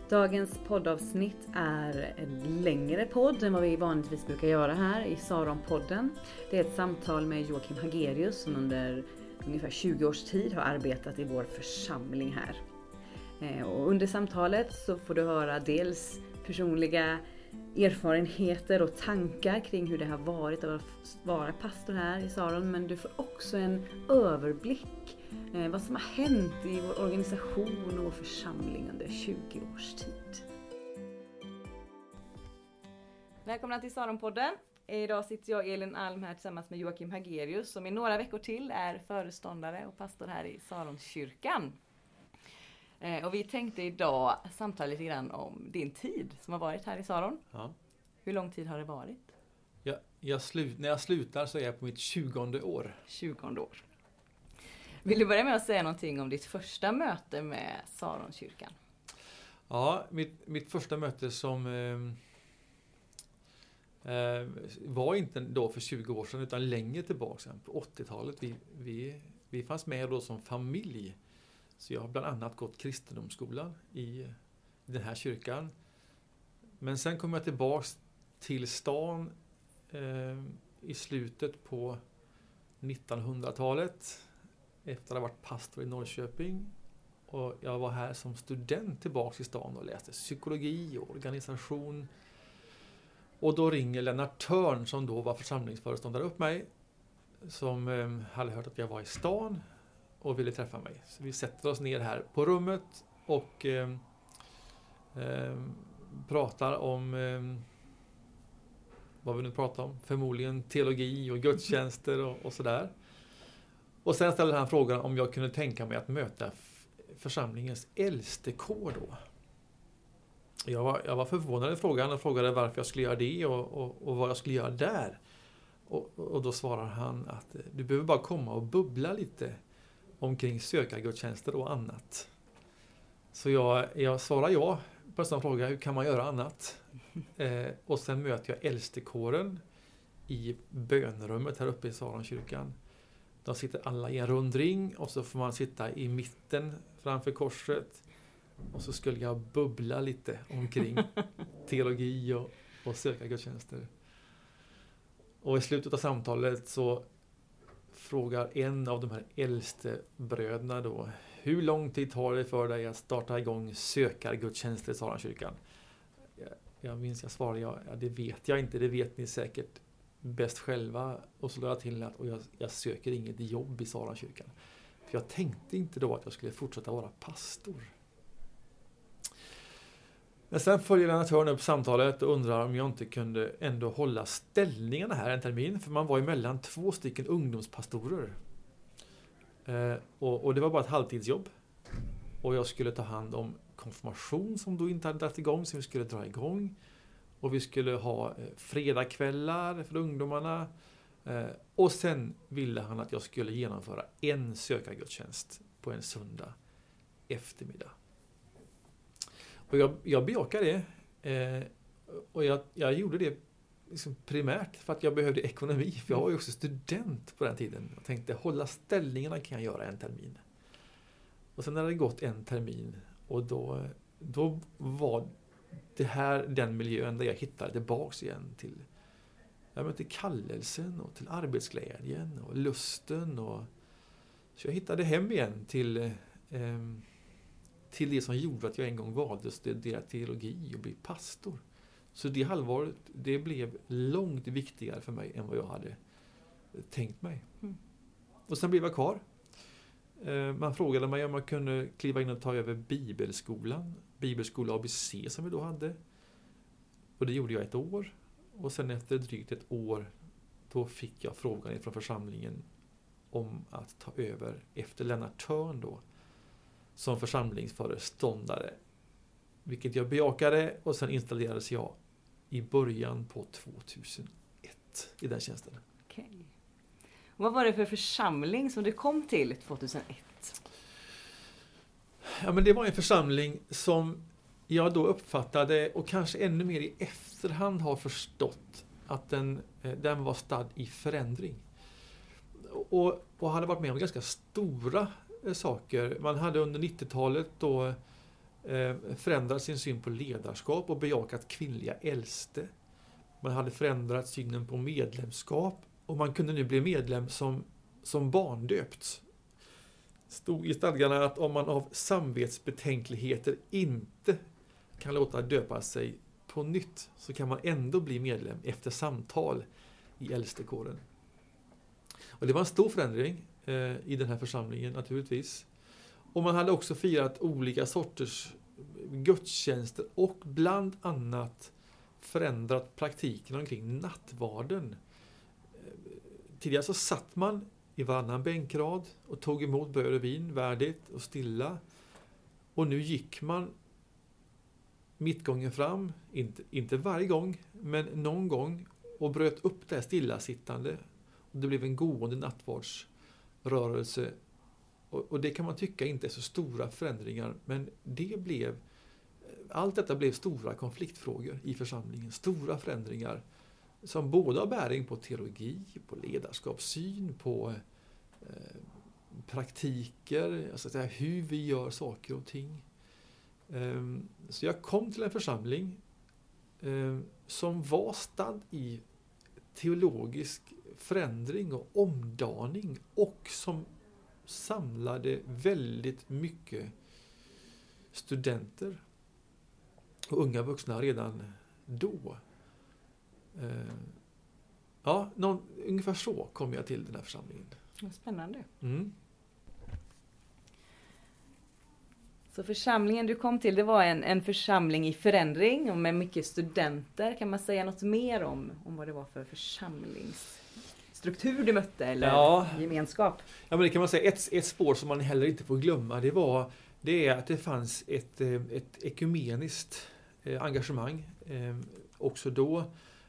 Dagens poddavsnitt är en längre podd än vad vi vanligtvis brukar göra här i Saronpodden. Det är ett samtal med Joakim Hagerius som under ungefär 20 års tid har arbetat i vår församling här. Och under samtalet så får du höra dels personliga erfarenheter och tankar kring hur det har varit att vara pastor här i Saron, men du får också en överblick vad som har hänt i vår organisation och vår församling under 20 års tid. Välkomna till Saronpodden. Idag sitter jag, Elin Alm, här tillsammans med Joakim Hagerius som i några veckor till är föreståndare och pastor här i Saronkyrkan. Och vi tänkte idag samtala lite grann om din tid som har varit här i Saron. Ja. Hur lång tid har det varit? När jag slutar så är jag på mitt 20:e år. 20 år. Vill du börja med att säga någonting om ditt första möte med Saronkyrkan? Ja, mitt första möte som var inte då för 20 år sedan utan längre tillbaka, på 80-talet. Vi fanns med då som familj. Så jag har bland annat gått kristendomsskolan i den här kyrkan. Men sen kom jag tillbaks till stan i slutet på 1900-talet. Efter att ha varit pastor i Norrköping. Och jag var här som student tillbaks i stan och läste psykologi och organisation. Och då ringer Lennart Törn som då var församlingsföreståndare upp mig. Som hade hört att jag var i stan och ville träffa mig. Så vi sätter oss ner här på rummet och pratar om vad vi nu pratar om. Förmodligen teologi och gudstjänster och sådär. Och sen ställde han frågan om jag kunde tänka mig att möta församlingens äldste kår då. Jag var förvånad i frågan och frågade varför jag skulle göra det och vad jag skulle göra där. Och då svarar han att du behöver bara komma och bubbla lite omkring sökargudstjänster och annat. Så jag svarar ja på en sån fråga, hur kan man göra annat? Och sen möter jag äldstekåren i bönrummet här uppe i Saronkyrkan. De sitter alla i en rund ring och så får man sitta i mitten framför korset. Och så skulle jag bubbla lite omkring teologi och sökargudstjänster. Och i slutet av samtalet så frågar en av de här äldste bröderna då, hur lång tid tar det för dig att starta igång sökargudstjänster i Saronkyrkan? Jag minns jag svarade, ja, det vet jag inte, det vet ni säkert bäst själva. Och så lade jag till att jag söker inget jobb i Saronkyrkan. För jag tänkte inte då att jag skulle fortsätta vara pastor. Men sen följer Lennart Törn upp samtalet och undrar om jag inte kunde ändå hålla ställningarna här en termin. För man var emellan 2 stycken ungdomspastorer. Och det var bara ett halvtidsjobb. Och jag skulle ta hand om konfirmation som då inte hade dragit igång, som vi skulle dra igång. Och vi skulle ha fredagskvällar för ungdomarna. Och sen ville han att jag skulle genomföra en sökargudstjänst på en söndag eftermiddag. Och jag bejakade det. Och jag gjorde det liksom primärt för att jag behövde ekonomi. För jag var ju också student på den tiden. Jag tänkte, hålla ställningarna kan jag göra en termin. Och sen hade det gått en termin. Och då var det här den miljön där jag hittade tillbaks igen till kallelsen och till arbetsglädjen och lusten. Så jag hittade hem igen till det som gjorde att jag en gång valde att studera teologi och bli pastor. Så det halvåret, det blev långt viktigare för mig än vad jag hade tänkt mig. Och sen blev jag kvar. Man frågade mig om jag kunde kliva in och ta över Bibelskola ABC som vi då hade. Och det gjorde jag 1 år. Och sen efter drygt 1 år, då fick jag frågan från församlingen om att ta över efter Lennart Törn då. Som församlingsföreståndare. Vilket jag bejakade och sen installerades jag i början på 2001 i den tjänsten. Okej. Och vad var det för församling som du kom till 2001? Ja, men det var en församling som jag då uppfattade och kanske ännu mer i efterhand har förstått att den var stadd i förändring. Och hade varit med om ganska stora saker. Man hade under 90-talet då förändrat sin syn på ledarskap och bejakat kvinnliga äldste. Man hade förändrat synen på medlemskap och man kunde nu bli medlem som barndöpt. Stod i stadgarna att om man av samvetsbetänkligheter inte kan låta döpa sig på nytt så kan man ändå bli medlem efter samtal i äldstekåren. Och det var en stor förändring i den här församlingen naturligtvis. Och man hade också firat olika sorters gudstjänster och bland annat förändrat praktiken omkring nattvarden. Tidigare så satt man i varannan bänkrad och tog emot bröd och vin värdigt och stilla. Och nu gick man mittgången fram, inte varje gång, men någon gång och bröt upp det här stillasittande. Och det blev en gående nattvardsrörelse. Och det kan man tycka inte är så stora förändringar, men allt detta blev stora konfliktfrågor i församlingen. Stora förändringar som både har bäring på teologi, på ledarskapssyn, på praktiker, alltså hur vi gör saker och ting. Så jag kom till en församling som var stadd i teologisk förändring och omdaning och som samlade väldigt mycket studenter och unga vuxna redan då. Ungefär så kom jag till den här församlingen. Vad spännande. Mm. Så församlingen du kom till, det var en församling i förändring och med mycket studenter. Kan man säga något mer om vad det var för församlingsstruktur du mötte eller gemenskap? Ja, men det kan man säga. Ett spår som man heller inte får glömma, det är att det fanns ett ekumeniskt engagemang också då.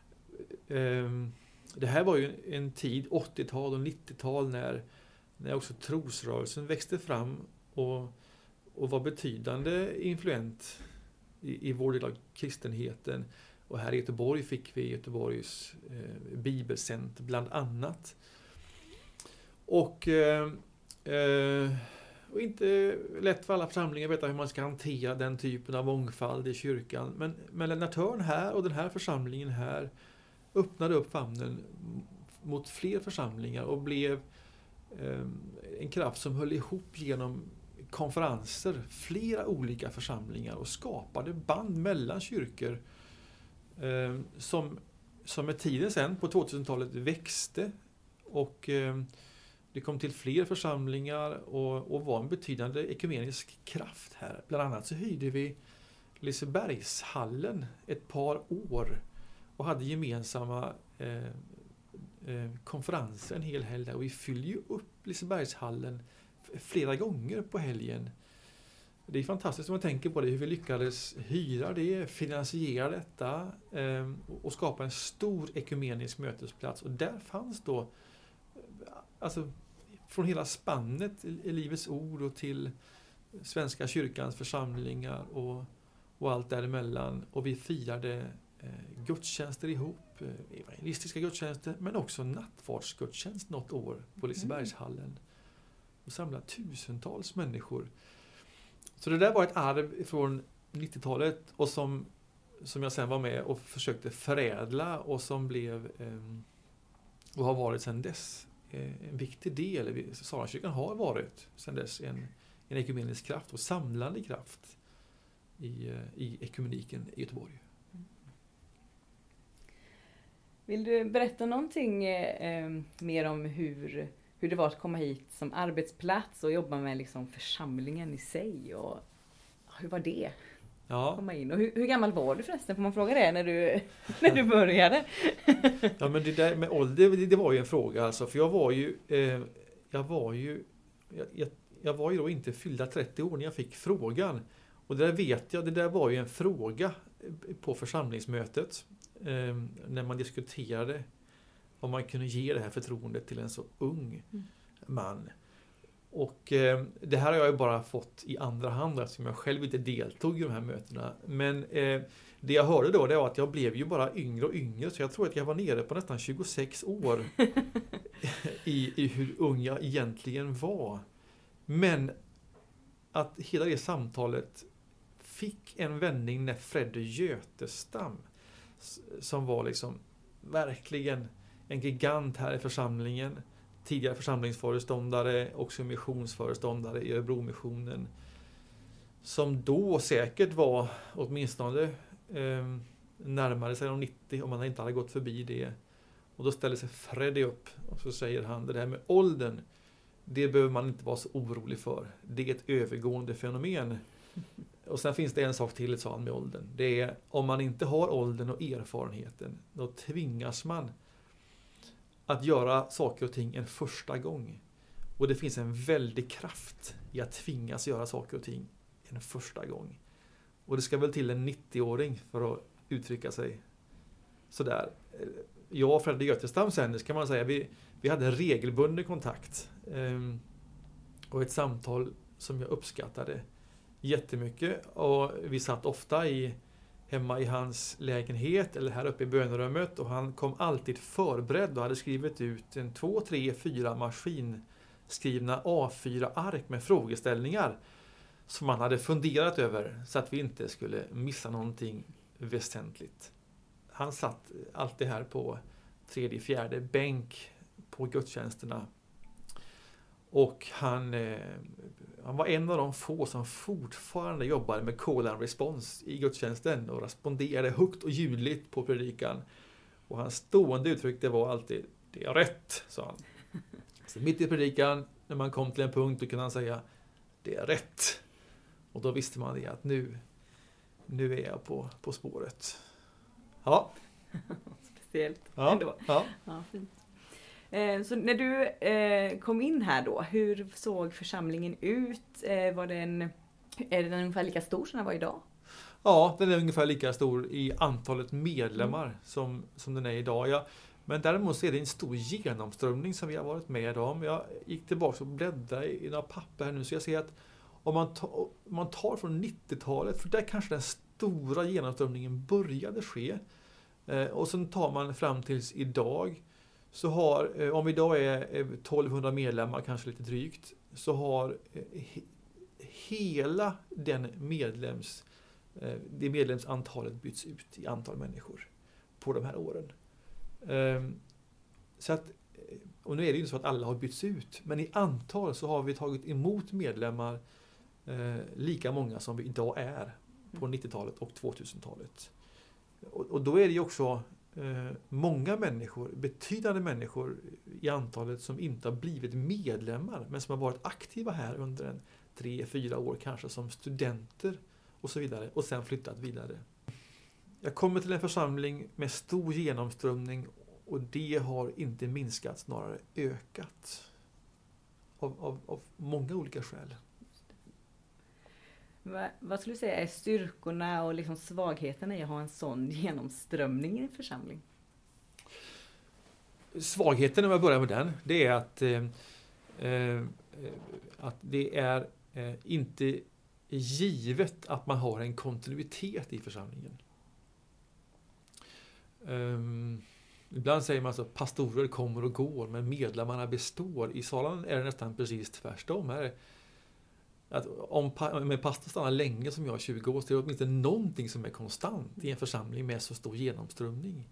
Det här var ju en tid, 80-tal och 90-tal, när också trosrörelsen växte fram och var betydande influent i vår del av kristenheten. Och här i Göteborg fick vi Göteborgs bibelcenter bland annat. Och inte lätt för alla församlingar att veta hur man ska hantera den typen av mångfald i kyrkan. Men Lenaturn här och den här församlingen här öppnade upp famnen mot fler församlingar och blev en kraft som höll ihop genom konferenser, flera olika församlingar och skapade band mellan kyrkor som med tiden sen på 2000-talet växte och det kom till fler församlingar och var en betydande ekumenisk kraft här. Bland annat så hyrde vi Lisebergshallen ett par år och hade gemensamma konferenser en hel helg där. Och vi fyllde ju upp Lisebergshallen flera gånger på helgen. Det är fantastiskt om man tänker på det, hur vi lyckades hyra det, finansiera detta och skapa en stor ekumenisk mötesplats. Och där fanns då alltså från hela spannet i Livets ord och till Svenska kyrkans församlingar och allt däremellan. Och vi firade gudstjänster ihop, evangelistiska gudstjänster, men också nattvardsgudstjänst något år på Lisebergshallen. Och samlade tusentals människor. Så det där var ett arv från 90-talet och som jag sen var med och försökte förädla och som blev och har varit sedan dess en viktig del. Saronkyrkan har varit sedan dess en ekumenisk kraft och samlande kraft i ekumeniken i Göteborg. Vill du berätta någonting mer om hur det var att komma hit som arbetsplats och jobba med liksom församlingen i sig? Och hur var det? Ja. Komma in. Och hur gammal var du förresten? Får man fråga det när du började? Ja, men det där med ålder, det var ju en fråga alltså. För jag var ju då inte fyllda 30 år när jag fick frågan. Och det där vet jag, det där var ju en fråga på församlingsmötet. När man diskuterade om man kunde ge det här förtroendet till en så ung man. Och det här har jag ju bara fått i andra hand eftersom jag själv inte deltog i de här mötena. Men det jag hörde då, det var att jag blev ju bara yngre och yngre. Så jag tror att jag var nere på nästan 26 år i hur ung jag egentligen var. Men att hela det samtalet fick en vändning när Freddy Götestam, som var liksom verkligen en gigant här i församlingen, tidigare församlingsföreståndare, också missionsföreståndare i Örebromissionen, som då säkert var åtminstone närmare sig de 90 om man inte hade gått förbi det. Och då ställer sig Freddy upp och så säger han, det här med åldern, det behöver man inte vara så orolig för. Det är ett övergående fenomen. Och sen finns det en sak till, sa han, med åldern. Det är, om man inte har åldern och erfarenheten, då tvingas man att göra saker och ting en första gång. Och det finns en väldig kraft i att tvingas göra saker och ting en första gång. Och det ska väl till en 90-åring för att uttrycka sig sådär. Jag och Freddy Götestam sen, ska man säga, vi hade en regelbunden kontakt. Och ett samtal som jag uppskattade jättemycket. Och vi satt ofta hemma i hans lägenhet eller här uppe i bönerummet, och han kom alltid förberedd och hade skrivit ut 2, 3, 4 maskinskrivna A4-ark med frågeställningar som man hade funderat över så att vi inte skulle missa någonting väsentligt. Han satt alltid här på 3:e, 4:e bänk på gudstjänsterna. Och han var en av de få som fortfarande jobbade med call and response i gudstjänsten och responderade högt och ljudligt på predikan. Och hans stående uttryck, det var alltid, det är rätt, sa han. Så mitt i predikan, när man kom till en punkt, då kunde han säga, det är rätt. Och då visste man det, att nu är jag på spåret. Ja. Speciellt. Ja. Ändå. Ja. Ja, fint. Så när du kom in här då, hur såg församlingen ut? Är den ungefär lika stor som den var idag? Ja, den är ungefär lika stor i antalet medlemmar som den är idag. Ja. Men däremot så är det en stor genomströmning som vi har varit med om. Jag gick tillbaka och bläddrade i några papper här nu, så jag ser att om man tar från 90-talet, för där kanske den stora genomströmningen började ske, och sen tar man fram tills idag, så har, om idag är 1200 medlemmar, kanske lite drygt, så har hela det medlemsantalet bytts ut i antal människor på de här åren. Så att, och nu är det ju inte så att alla har bytts ut, men i antal så har vi tagit emot medlemmar lika många som vi idag är på 90-talet och 2000-talet. Och då är det ju också många människor, betydande människor i antalet, som inte har blivit medlemmar men som har varit aktiva här under 3-4 år, kanske som studenter och så vidare, och sen flyttat vidare. Jag kommer till en församling med stor genomströmning, och det har inte minskat, snarare ökat av många olika skäl. Vad skulle du säga är styrkorna och liksom svagheterna i att ha en sån genomströmning i en församling? Svagheten, om jag börjar med den, det är att det är inte givet att man har en kontinuitet i församlingen. Ibland säger man så att pastorer kommer och går, men medlemmarna består. I Salan är det nästan precis tvärtom. Här att om en pastor stannar länge, som jag 20 år, så är det åtminstone någonting som är konstant i en församling med så stor genomströmning.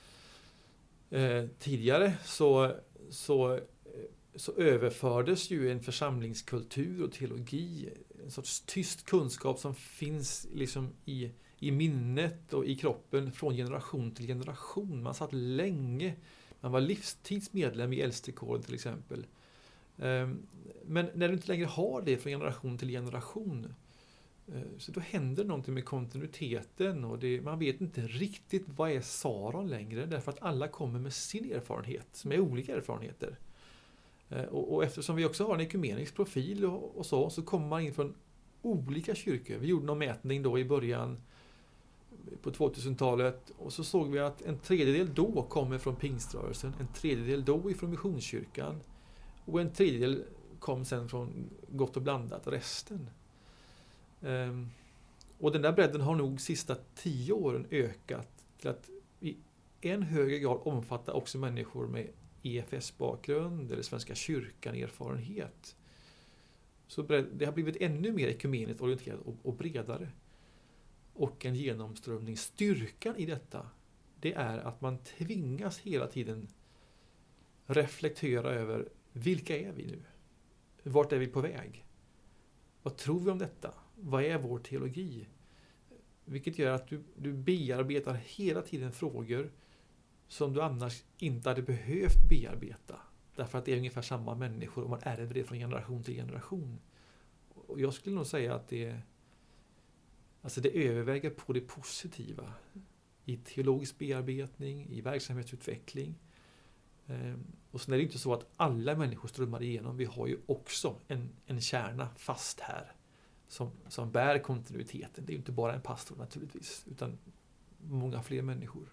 Tidigare så överfördes ju en församlingskultur och teologi, en sorts tyst kunskap som finns liksom i minnet och i kroppen från generation till generation. Man satt länge, man var livstidsmedlem i äldstekåren till exempel. Men när du inte längre har det från generation till generation, så då händer någonting med kontinuiteten, och man vet inte riktigt vad är Saron längre, därför att alla kommer med sin erfarenhet, som är olika erfarenheter. Och eftersom vi också har en ekumenisk profil och så kommer man in från olika kyrkor. Vi gjorde någon mätning då i början på 2000-talet, och så såg vi att en tredjedel då kommer från pingströrelsen, en tredjedel då ifrån missionskyrkan, och en tredjedel kom sen från Gott och blandat, resten. Och den där bredden har nog sista 10 åren ökat till att i en högre grad omfatta också människor med EFS-bakgrund eller Svenska kyrkan-erfarenhet. Så det har blivit ännu mer ekumeniskt orienterat och bredare. och en genomströmning. Styrkan i detta, det är att man tvingas hela tiden reflektera över vilka är vi nu? Vart är vi på väg? Vad tror vi om detta? Vad är vår teologi? Vilket gör att du bearbetar hela tiden frågor som du annars inte hade behövt bearbeta. Därför att det är ungefär samma människor och man ärver det från generation till generation. Och jag skulle nog säga att det överväger på det positiva i teologisk bearbetning, i verksamhetsutveckling. Och sen är det inte så att alla människor strömmar igenom. Vi har ju också en kärna fast här som bär kontinuiteten. Det är ju inte bara en pastor naturligtvis, utan många fler människor.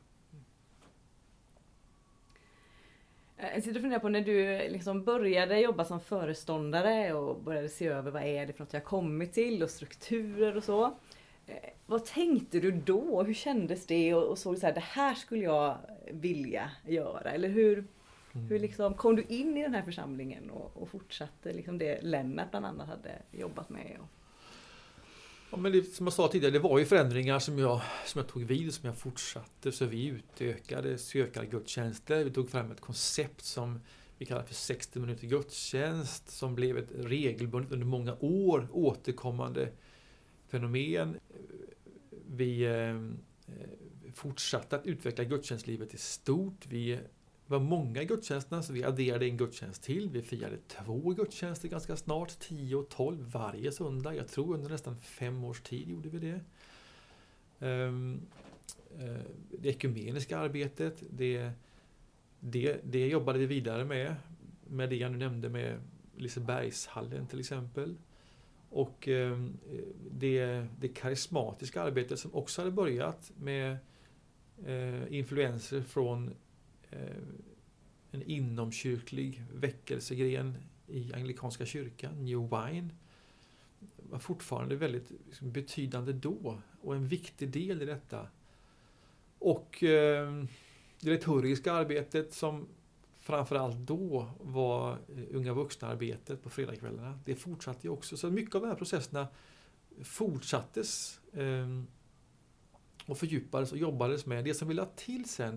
Jag sitter och funderar på när du liksom började jobba som föreståndare och började se över vad är det för något jag kommit till och strukturer och så. Vad tänkte du då? Hur kändes det? Och såg så här, det här skulle jag vilja göra. Eller hur liksom kom du in i den här församlingen och fortsatte liksom det Lennart bland annat hade jobbat med? Ja, men det, som jag sa tidigare, det var ju förändringar som jag tog vid, som jag fortsatte. Så vi utökade sökargudstjänster. Vi tog fram ett koncept som vi kallar för 60 minuter gudstjänst, som blev ett regelbundet under många år återkommande fenomen. Vi fortsatte att utveckla gudstjänstlivet i stort. Vi var många i gudstjänsterna, så vi adderade en gudstjänst till. Vi firade 2 gudstjänster ganska snart, 10 och 12 varje söndag. Jag tror under nästan 5 års tid gjorde vi det. Det ekumeniska arbetet, det jobbade vi vidare med det jag nu nämnde med Lisebergshallen till exempel. Och det karismatiska arbetet som också hade börjat med influenser från en inomkyrklig väckelsegren i anglikanska kyrkan, New Wine, var fortfarande väldigt betydande då och en viktig del i detta. Och det liturgiska arbetet som framförallt då var unga vuxna-arbetet på fredagskvällarna, det fortsatte ju också. Så mycket av de här processerna fortsattes och fördjupades och jobbades med. Det som vi lade till sen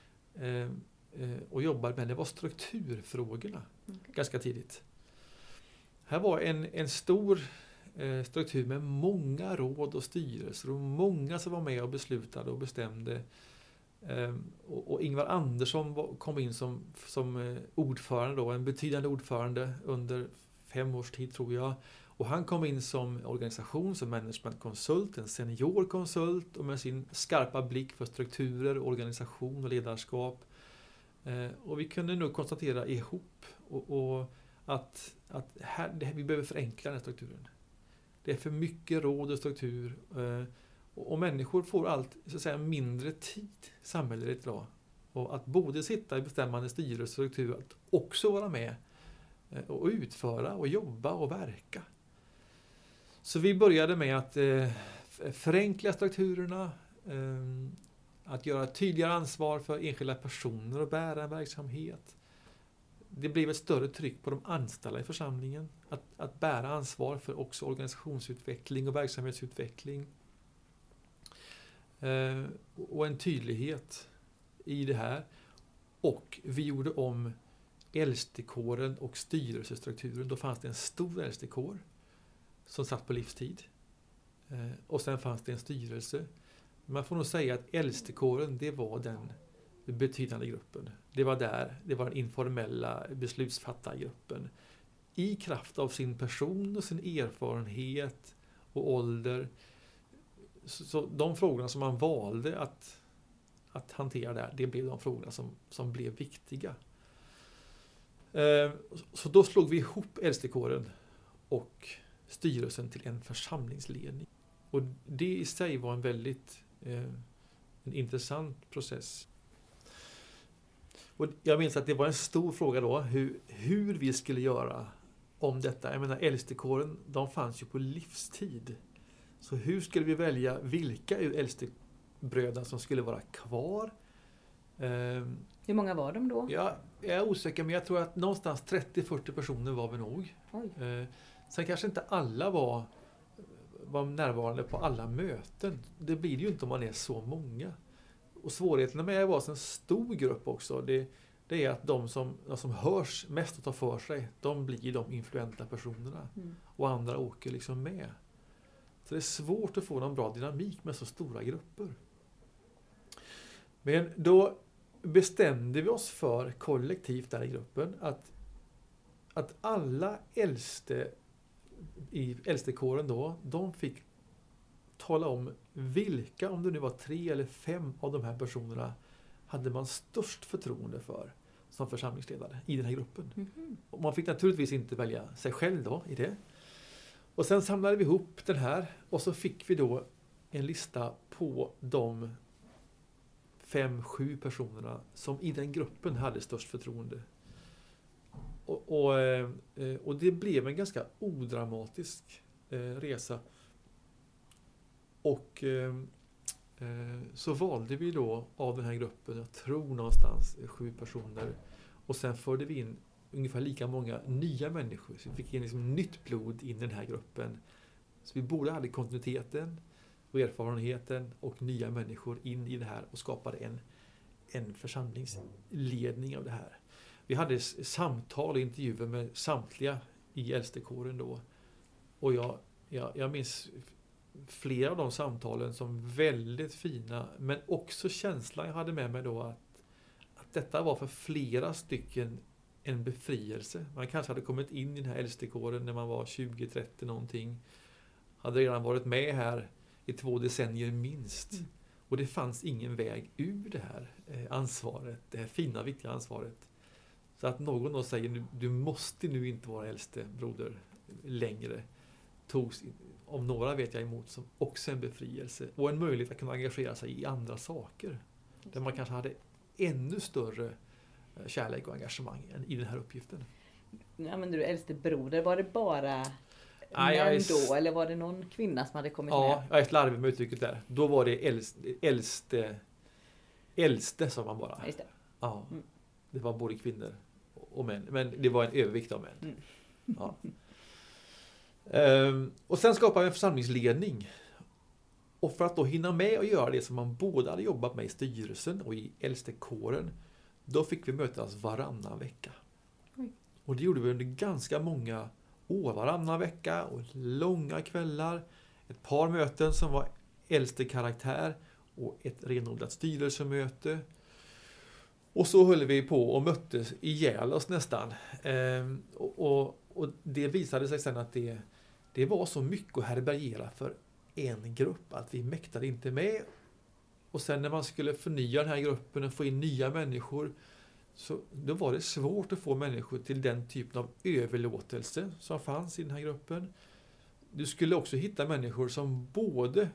och jobbade med, det var strukturfrågorna ganska tidigt. Här var en stor struktur med många råd och styrelser och många som var med och beslutade och bestämde. Och Ingvar Andersson kom in som ordförande då, en betydande ordförande under 5 års tid tror jag. Och han kom in som organisations- och managementkonsult, en seniorkonsult och med sin skarpa blick för strukturer, organisation och ledarskap. Och vi kunde nog konstatera ihop att vi behöver förenkla den här strukturen. Det är för mycket råd och struktur och människor får allt så att säga mindre tid samhället idag. Och att både sitta i bestämmande styrelsestruktur, att också vara med och utföra och jobba och verka. Så vi började med att förenkla strukturerna, att göra tydligare ansvar för enskilda personer och bära en verksamhet. Det blev ett större tryck på de anställda i församlingen att bära ansvar för också organisationsutveckling och verksamhetsutveckling. Och en tydlighet i det här. Och vi gjorde om äldstekåren och styrelsestrukturen. Då fanns det en stor äldstekår som satt på livstid. Och sen fanns det en styrelse. Man får nog säga att äldstekåren, det var den betydande gruppen. Det var den informella beslutsfattargruppen. I kraft av sin person och sin erfarenhet och ålder. Så de frågorna som man valde att hantera där, det blev de frågorna som blev viktiga. Så då slog vi ihop äldstekåren och styrelsen till en församlingsledning. Och det i sig var en väldigt en intressant process. Och jag minns att det var en stor fråga då, hur vi skulle göra om detta. Jag menar, äldstekåren, de fanns ju på livstid. Så hur skulle vi välja vilka ur äldstekbröderna som skulle vara kvar? Hur många var de då? Jag är osäker, men jag tror att någonstans 30-40 personer var vi nog. Sen kanske inte alla vara närvarande på alla möten. Det blir det ju inte om man är så många. Och svårigheterna med att vara en stor grupp också, det är att de som hörs mest och tar för sig, de blir de influenta personerna. Och andra åker liksom med. Så det är svårt att få någon bra dynamik med så stora grupper. Men då bestämde vi oss för kollektivt där i gruppen att alla äldste i äldstekåren då, de fick tala om vilka, om det nu var 3 eller 5 av de här personerna hade man störst förtroende för som församlingsledare i den här gruppen. Och man fick naturligtvis inte välja sig själv då i det. Och sen samlade vi ihop den här och så fick vi då en lista på de 5-7 personerna som i den gruppen hade störst förtroende. Och det blev en ganska odramatisk resa. Och så valde vi då av den här gruppen, jag tror någonstans 7 personer. Och sen förde vi in ungefär lika många nya människor. Så vi fick in liksom nytt blod in i den här gruppen. Så vi både hade kontinuiteten och erfarenheten och nya människor in i det här och skapade en församlingsledning av det här. Vi hade samtal och intervjuer med samtliga i äldstekåren då. Och jag minns flera av de samtalen som väldigt fina, men också känslan jag hade med mig då att detta var för flera stycken en befrielse. Man kanske hade kommit in i den här äldstekåren när man var 20-30 någonting. Hade redan varit med här i 2 decennier minst. Och det fanns ingen väg ur det här ansvaret, det här fina, viktiga ansvaret. Så att någon då säger, du måste nu inte vara äldste broder längre, togs om några vet jag emot som också en befrielse. Och en möjlighet att kunna engagera sig i andra saker. Där man kanske hade ännu större kärlek och engagemang än i den här uppgiften. Ja, men du äldste broder, var det bara män då? Eller var det någon kvinna som hade kommit med? Ja, jag är slarvig med uttrycket där. Då var det äldste som man bara. Just det. Ja, det var både kvinnor och män. Men det var en övervikt av män. Ja. Och sen skapade vi en församlingsledning. Och för att då hinna med och göra det som man båda hade jobbat med i styrelsen och i äldstekåren, då fick vi mötas varannan vecka. Och det gjorde vi under ganska många år, varannan vecka och långa kvällar. Ett par möten som var äldste karaktär och ett renodlat styrelsemöte. Och så höll vi på och möttes ihjäl oss nästan. Och det visade sig sen att det var så mycket att härbärgera för en grupp att vi mäktade inte med. Och sen när man skulle förnya den här gruppen och få in nya människor, så då var det svårt att få människor till den typen av överlåtelse som fanns i den här gruppen. Du skulle också hitta människor som både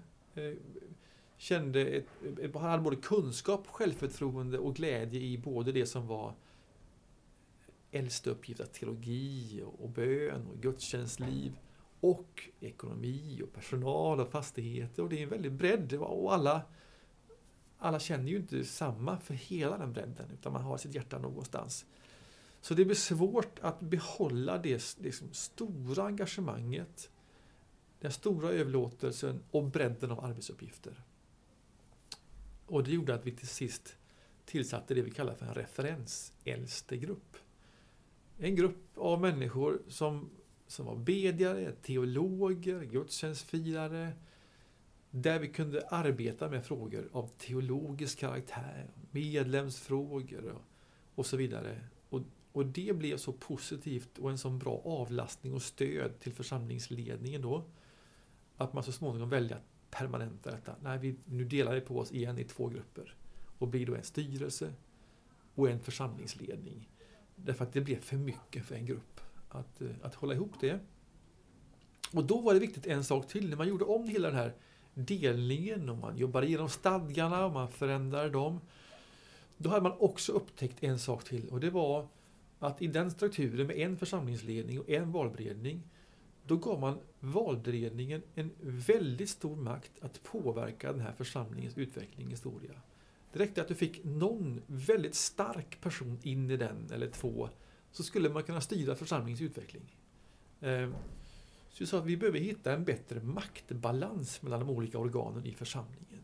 hade både kunskap, självförtroende och glädje i både det som var äldste uppgifter, teologi och bön och gudstjänstliv och ekonomi och personal och fastigheter. Och det är en väldigt bredd och alla känner ju inte samma för hela den bredden, utan man har sitt hjärta någonstans. Så det blir svårt att behålla det liksom stora engagemanget, den stora överlåtelsen och bredden av arbetsuppgifter. Och det gjorde att vi till sist tillsatte det vi kallar för en referensäldste-grupp. En grupp av människor som var bedjare, teologer, gudstjänstfirare, där vi kunde arbeta med frågor av teologisk karaktär, medlemsfrågor och så vidare. Och det blev så positivt och en så bra avlastning och stöd till församlingsledningen då, att man så småningom väljer att permanenta detta. Nej, nu delar vi på oss igen i 2 grupper och blir då en styrelse och en församlingsledning. Därför att det blev för mycket för en grupp att hålla ihop det. Och då var det viktigt en sak till. När man gjorde om hela den här delningen och man jobbade igenom stadgarna och man förändrade dem, då hade man också upptäckt en sak till. Och det var att i den strukturen med en församlingsledning och en valberedning, då gav man valberedningen en väldigt stor makt att påverka den här församlingens utveckling i historia. Det räckte att du fick någon väldigt stark person in i den, eller 2, så skulle man kunna styra församlingens utveckling. Så vi sa att vi behöver hitta en bättre maktbalans mellan de olika organen i församlingen.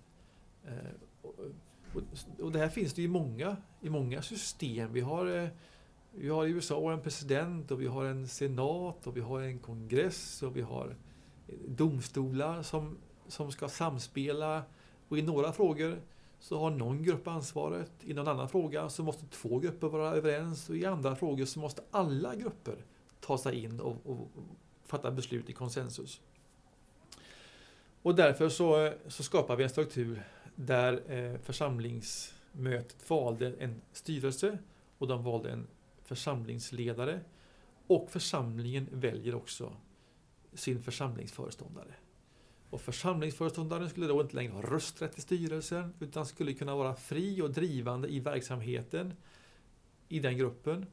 Och det här finns det i många system. Vi har i USA en president och vi har en senat och vi har en kongress och vi har domstolar som ska samspela. Och i några frågor så har någon grupp ansvaret. I någon annan fråga så måste 2 grupper vara överens och i andra frågor så måste alla grupper ta sig in och fatta beslut i konsensus. Och därför så skapar vi en struktur där församlingsmötet valde en styrelse och de valde en församlingsledare och församlingen väljer också sin församlingsföreståndare. Och församlingsföreståndaren skulle då inte längre ha rösträtt i styrelsen utan skulle kunna vara fri och drivande i verksamheten i den gruppen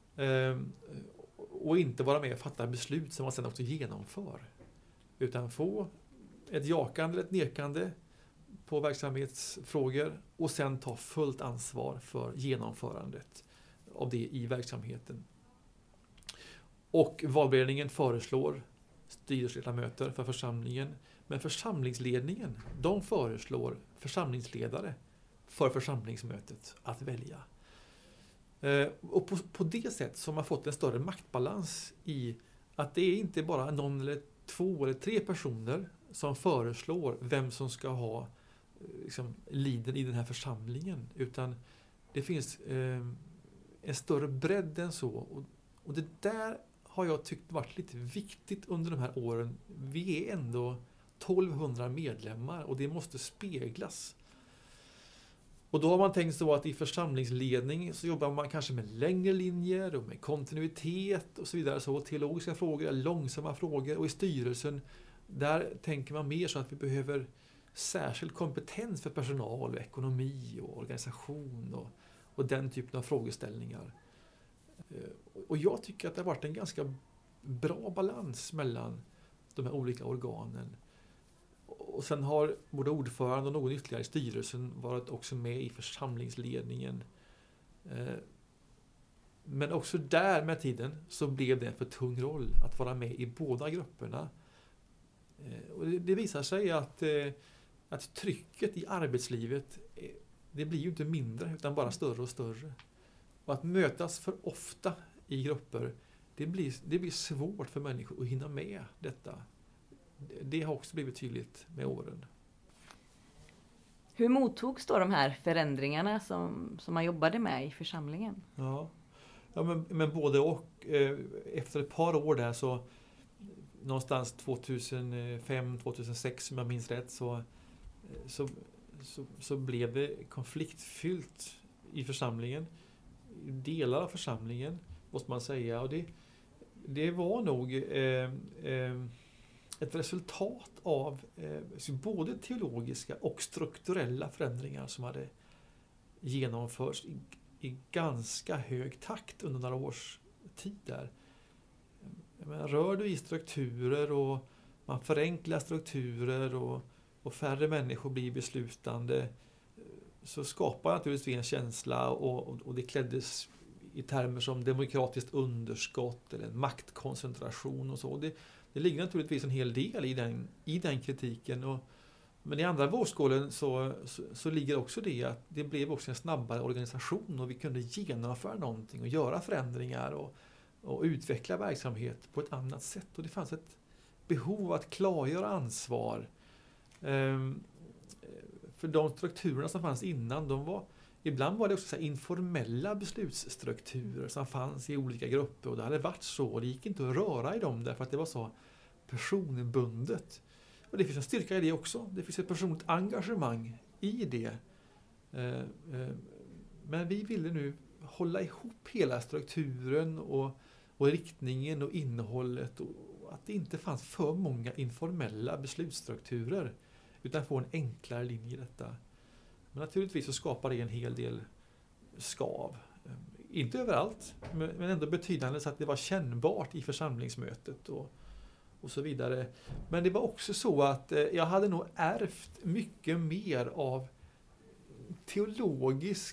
och inte vara med och fatta beslut som man sedan också genomför. Utan få ett jakande eller ett nekande på verksamhetsfrågor och sen ta fullt ansvar för genomförandet av det i verksamheten. Och valberedningen föreslår styrelseledamöter för församlingen, men församlingsledningen, de föreslår församlingsledare för församlingsmötet att välja. Och på det sätt så har man fått en större maktbalans i att det är inte bara någon eller 2 eller 3 personer som föreslår vem som ska ha liden i den här församlingen, utan det finns en större bredd än så. Och det där har jag tyckt varit lite viktigt under de här åren. Vi är ändå 1200 medlemmar och det måste speglas. Och då har man tänkt så att i församlingsledning så jobbar man kanske med längre linjer och med kontinuitet och så vidare. Så teologiska frågor, långsamma frågor, och i styrelsen där tänker man mer så att vi behöver särskild kompetens för personal, ekonomi och organisation och den typen av frågeställningar. Och jag tycker att det har varit en ganska bra balans mellan de här olika organen. Och sen har både ordförande och någon ytterligare i styrelsen varit också med i församlingsledningen. Men också där med tiden så blev det en för tung roll att vara med i båda grupperna. Och det visar sig att trycket i arbetslivet, det blir ju inte mindre utan bara större och större. Och att mötas för ofta i grupper, det blir svårt för människor att hinna med detta. Det har också blivit tydligt med åren. Hur mottogs då de här förändringarna som man jobbade med i församlingen? Ja men både och. Efter ett par år där så någonstans 2005-2006 om jag minns rätt så blev det konfliktfyllt i församlingen. Delar av församlingen måste man säga, och det var nog ett resultat av både teologiska och strukturella förändringar som hade genomförts i ganska hög takt under några års tid där. Rör du i strukturer och man förenklar strukturer och färre människor blir beslutande, så skapar naturligtvis en känsla och det kläddes i termer som demokratiskt underskott eller maktkoncentration och så. Det ligger naturligtvis en hel del i den kritiken. Men i andra vågskålen så ligger också det att det blev också en snabbare organisation och vi kunde genomföra någonting och göra förändringar och utveckla verksamhet på ett annat sätt. Och det fanns ett behov att klargöra ansvar. För de strukturerna som fanns innan, ibland var det också så här informella beslutsstrukturer som fanns i olika grupper, och det hade varit så, och det gick inte att röra i dem därför att det var så personbundet. Och det finns en styrka i det också. Det finns ett personligt engagemang i det. Men vi ville nu hålla ihop hela strukturen och riktningen och innehållet, och att det inte fanns för många informella beslutsstrukturer utan få en enklare linje i detta. Men naturligtvis så skapar det en hel del skav. Inte överallt, men ändå betydande så att det var kännbart i församlingsmötet och så vidare. Men det var också så att jag hade nog ärvt mycket mer av teologisk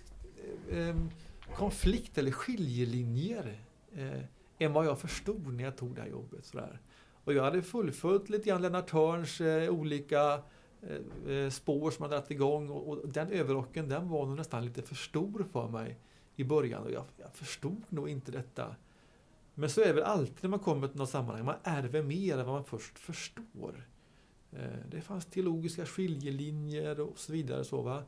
konflikt eller skiljelinjer än vad jag förstod när jag tog det här jobbet. Sådär. Och jag hade fullföljt lite grann Lennart Törns olika spår som hade dragit igång. Och den överrocken, den var nog nästan lite för stor för mig i början. Och jag förstod nog inte detta. Men så är det väl alltid när man kommer till något sammanhang. Man ärver mer än vad man först förstår. Det fanns teologiska skiljelinjer och så vidare. Så, va?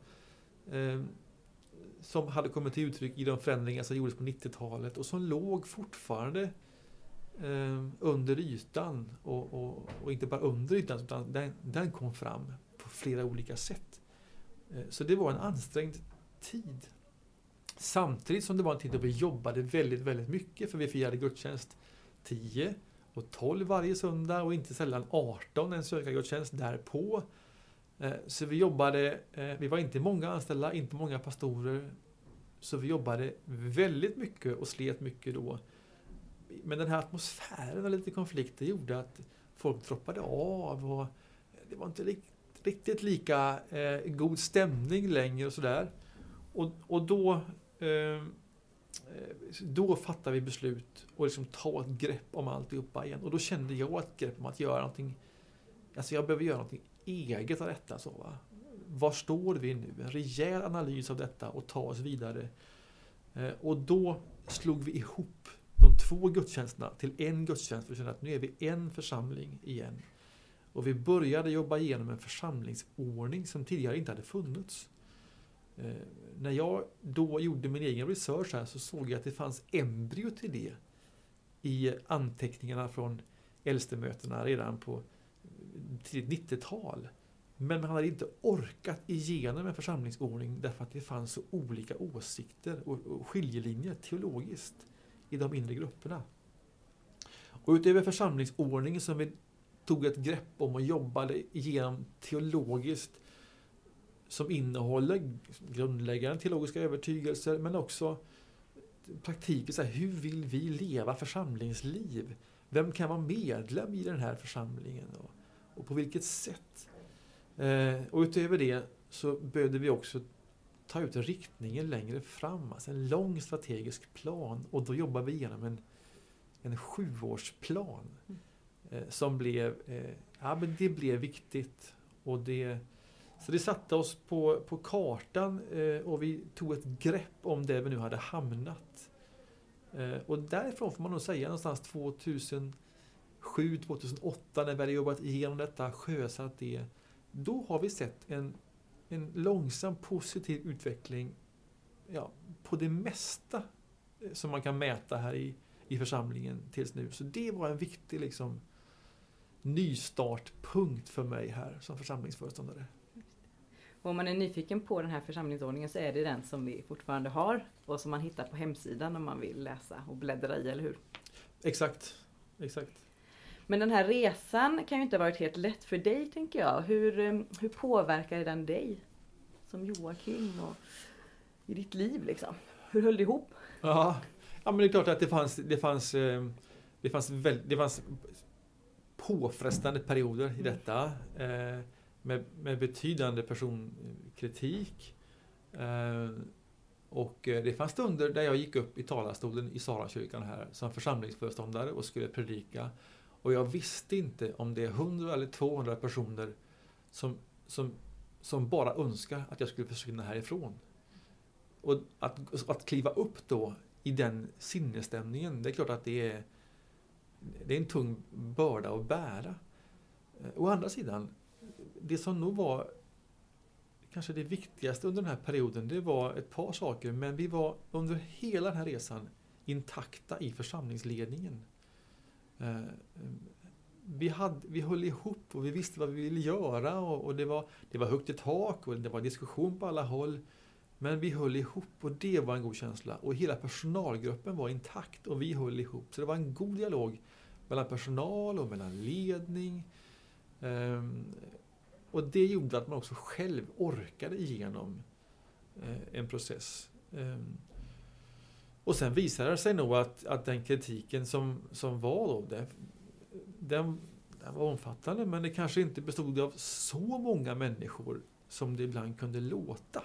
Som hade kommit till uttryck i de förändringar som gjordes på 90-talet. Och som låg fortfarande under ytan. Och inte bara under ytan, utan den kom fram på flera olika sätt. Så det var en ansträngd tid. Samtidigt som det var en tid då vi jobbade väldigt, väldigt mycket. För vi firade gudstjänst 10 och 12 varje söndag. Och inte sällan 18 en sökargudstjänst därpå. Så vi jobbade, vi var inte många anställda, inte många pastorer. Så vi jobbade väldigt mycket och slet mycket då. Men den här atmosfären och lite konflikter gjorde att folk droppade av. Och det var inte riktigt lika god stämning längre och sådär. Och då fattade vi beslut och liksom ta ett grepp om alltihopa igen. Och då kände jag ett grepp om att göra någonting. Alltså jag behöver göra någonting eget av detta. Så, va? Var står vi nu? En rejäl analys av detta och ta oss vidare. Och då slog vi ihop de 2 gudstjänsterna till en gudstjänst för att känna att nu är vi en församling igen. Och vi började jobba igenom en församlingsordning som tidigare inte hade funnits. När jag då gjorde min egen research här så såg jag att det fanns embryo till det i anteckningarna från äldstemötena redan på tidigt 90-tal. Men man hade inte orkat igenom en församlingsordning därför att det fanns så olika åsikter och skiljelinjer teologiskt i de inre grupperna. Och utöver församlingsordningen som vi tog ett grepp om och jobbade igenom teologiskt som innehåller grundläggande teologiska övertygelser men också praktiken, så här, hur vill vi leva församlingsliv? Vem kan vara medlem i den här församlingen och på vilket sätt? Och utöver det så behövde vi också ta ut riktningen längre fram, alltså en lång strategisk plan, och då jobbar vi igenom en 7-årsplan som blev men det blev viktigt, och så det satte oss på kartan och vi tog ett grepp om det vi nu hade hamnat. Och därifrån får man nog säga någonstans 2007-2008 när vi hade jobbat igenom detta, sjösatt det. Då har vi sett en långsam positiv utveckling på det mesta som man kan mäta här i församlingen tills nu. Så det var en viktig nystartpunkt för mig här som församlingsföreståndare. Och om man är nyfiken på den här församlingsordningen så är det den som vi fortfarande har och som man hittar på hemsidan om man vill läsa och bläddra i, eller hur? Exakt. Men den här resan kan ju inte ha varit helt lätt för dig, tänker jag. Hur påverkar den dig som Joakim och i ditt liv liksom? Hur höll det ihop? Ja, men det är klart att det fanns påfrestande perioder i detta. Med betydande personkritik. Och det fanns stunder där jag gick upp i talarstolen i Sarakyrkan här som församlingsföreståndare och skulle predika. Och jag visste inte om det är 100 eller 200 personer som bara önskar att jag skulle försvinna härifrån. Och att kliva upp då i den sinnesstämningen, det är klart att det är en tung börda att bära. Å andra sidan, det som nog var kanske det viktigaste under den här perioden, det var ett par saker, men vi var under hela den här resan intakta i församlingsledningen. Vi höll ihop och vi visste vad vi ville göra, och det var högt i tak och det var diskussion på alla håll, men vi höll ihop och det var en god känsla, och hela personalgruppen var intakt och vi höll ihop, så det var en god dialog mellan personal och mellan ledning. Och det gjorde att man också själv orkade igenom en process. Och sen visade det sig nog att den kritiken som var då, den var omfattande, men det kanske inte bestod av så många människor som det ibland kunde låta.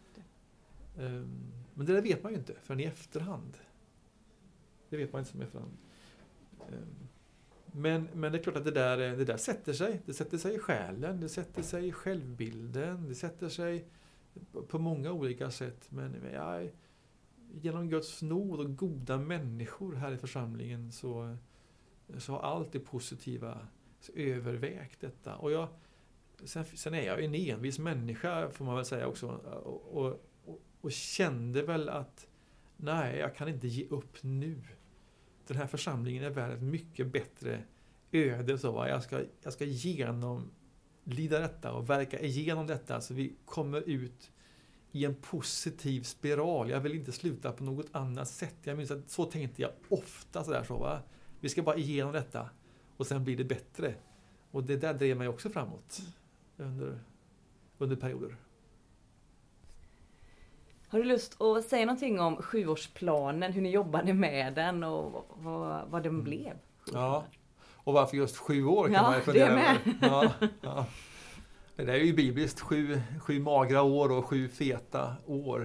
Men det där vet man ju inte förrän i efterhand. Det vet man inte som i efterhand. Men det är klart att det där sätter sig. Det sätter sig i själen, det sätter sig i självbilden, det sätter sig på många olika sätt. Men genom Guds nåd och goda människor här i församlingen så har allt det positiva övervägt detta. Och sen är jag en envis människa, får man väl säga också. Och kände väl att nej, jag kan inte ge upp nu. Den här församlingen är värd ett mycket bättre öde. Så jag ska genomlida detta och verka igenom detta så vi kommer ut i en positiv spiral. Jag vill inte sluta på något annat sätt. Jag minns att så tänkte jag ofta. Vi ska bara igenom detta och sen blir det bättre. Och det där drev mig också framåt under perioder. Har du lust att säga någonting om 7-årsplanen, hur ni jobbade med den och vad den blev? Ja, och varför just 7 år kan man ju fundera över. Ja. Det där är ju bibliskt, 7 magra år och 7 feta år.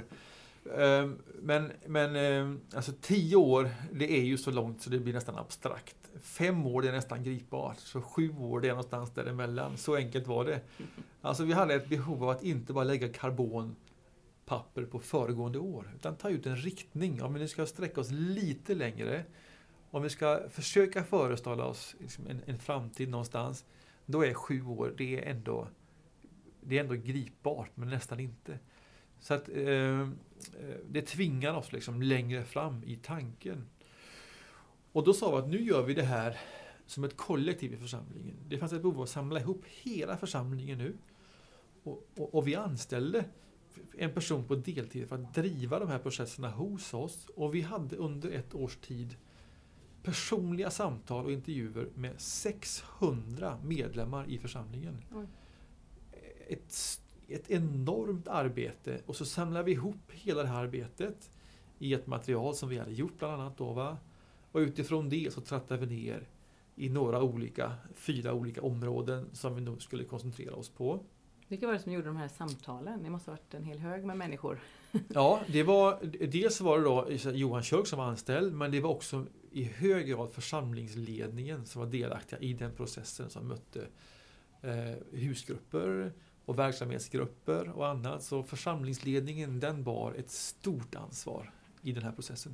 Men alltså 10 år, det är ju så långt så det blir nästan abstrakt. 5 år det är nästan gripbart, så 7 år det är någonstans däremellan. Så enkelt var det. Alltså vi hade ett behov av att inte bara lägga karbonpapper på föregående år, utan ta ut en riktning. Om vi nu ska sträcka oss lite längre, om vi ska försöka föreställa oss liksom en framtid någonstans, då är 7 år, det är ändå gripbart, men nästan inte. Så att det tvingar oss liksom längre fram i tanken. Och då sa vi att nu gör vi det här som ett kollektiv i församlingen. Det fanns ett behov av att samla ihop hela församlingen nu. Och vi anställde en person på deltid för att driva de här processerna hos oss. Och vi hade under ett års tid personliga samtal och intervjuer med 600 medlemmar i församlingen. Ett enormt arbete, och så samlar vi ihop hela det här arbetet i ett material som vi hade gjort bland annat då, va? Och utifrån det så trattar vi ner i 4 olika områden som vi nu skulle koncentrera oss på. Vilka var det som gjorde de här samtalen? Det måste ha varit en hel hög med människor. Ja, dels var det då Johan Kjörk som var anställd, men det var också i hög grad församlingsledningen som var delaktiga i den processen, som mötte husgrupper och verksamhetsgrupper och annat. Så församlingsledningen, den bar ett stort ansvar i den här processen.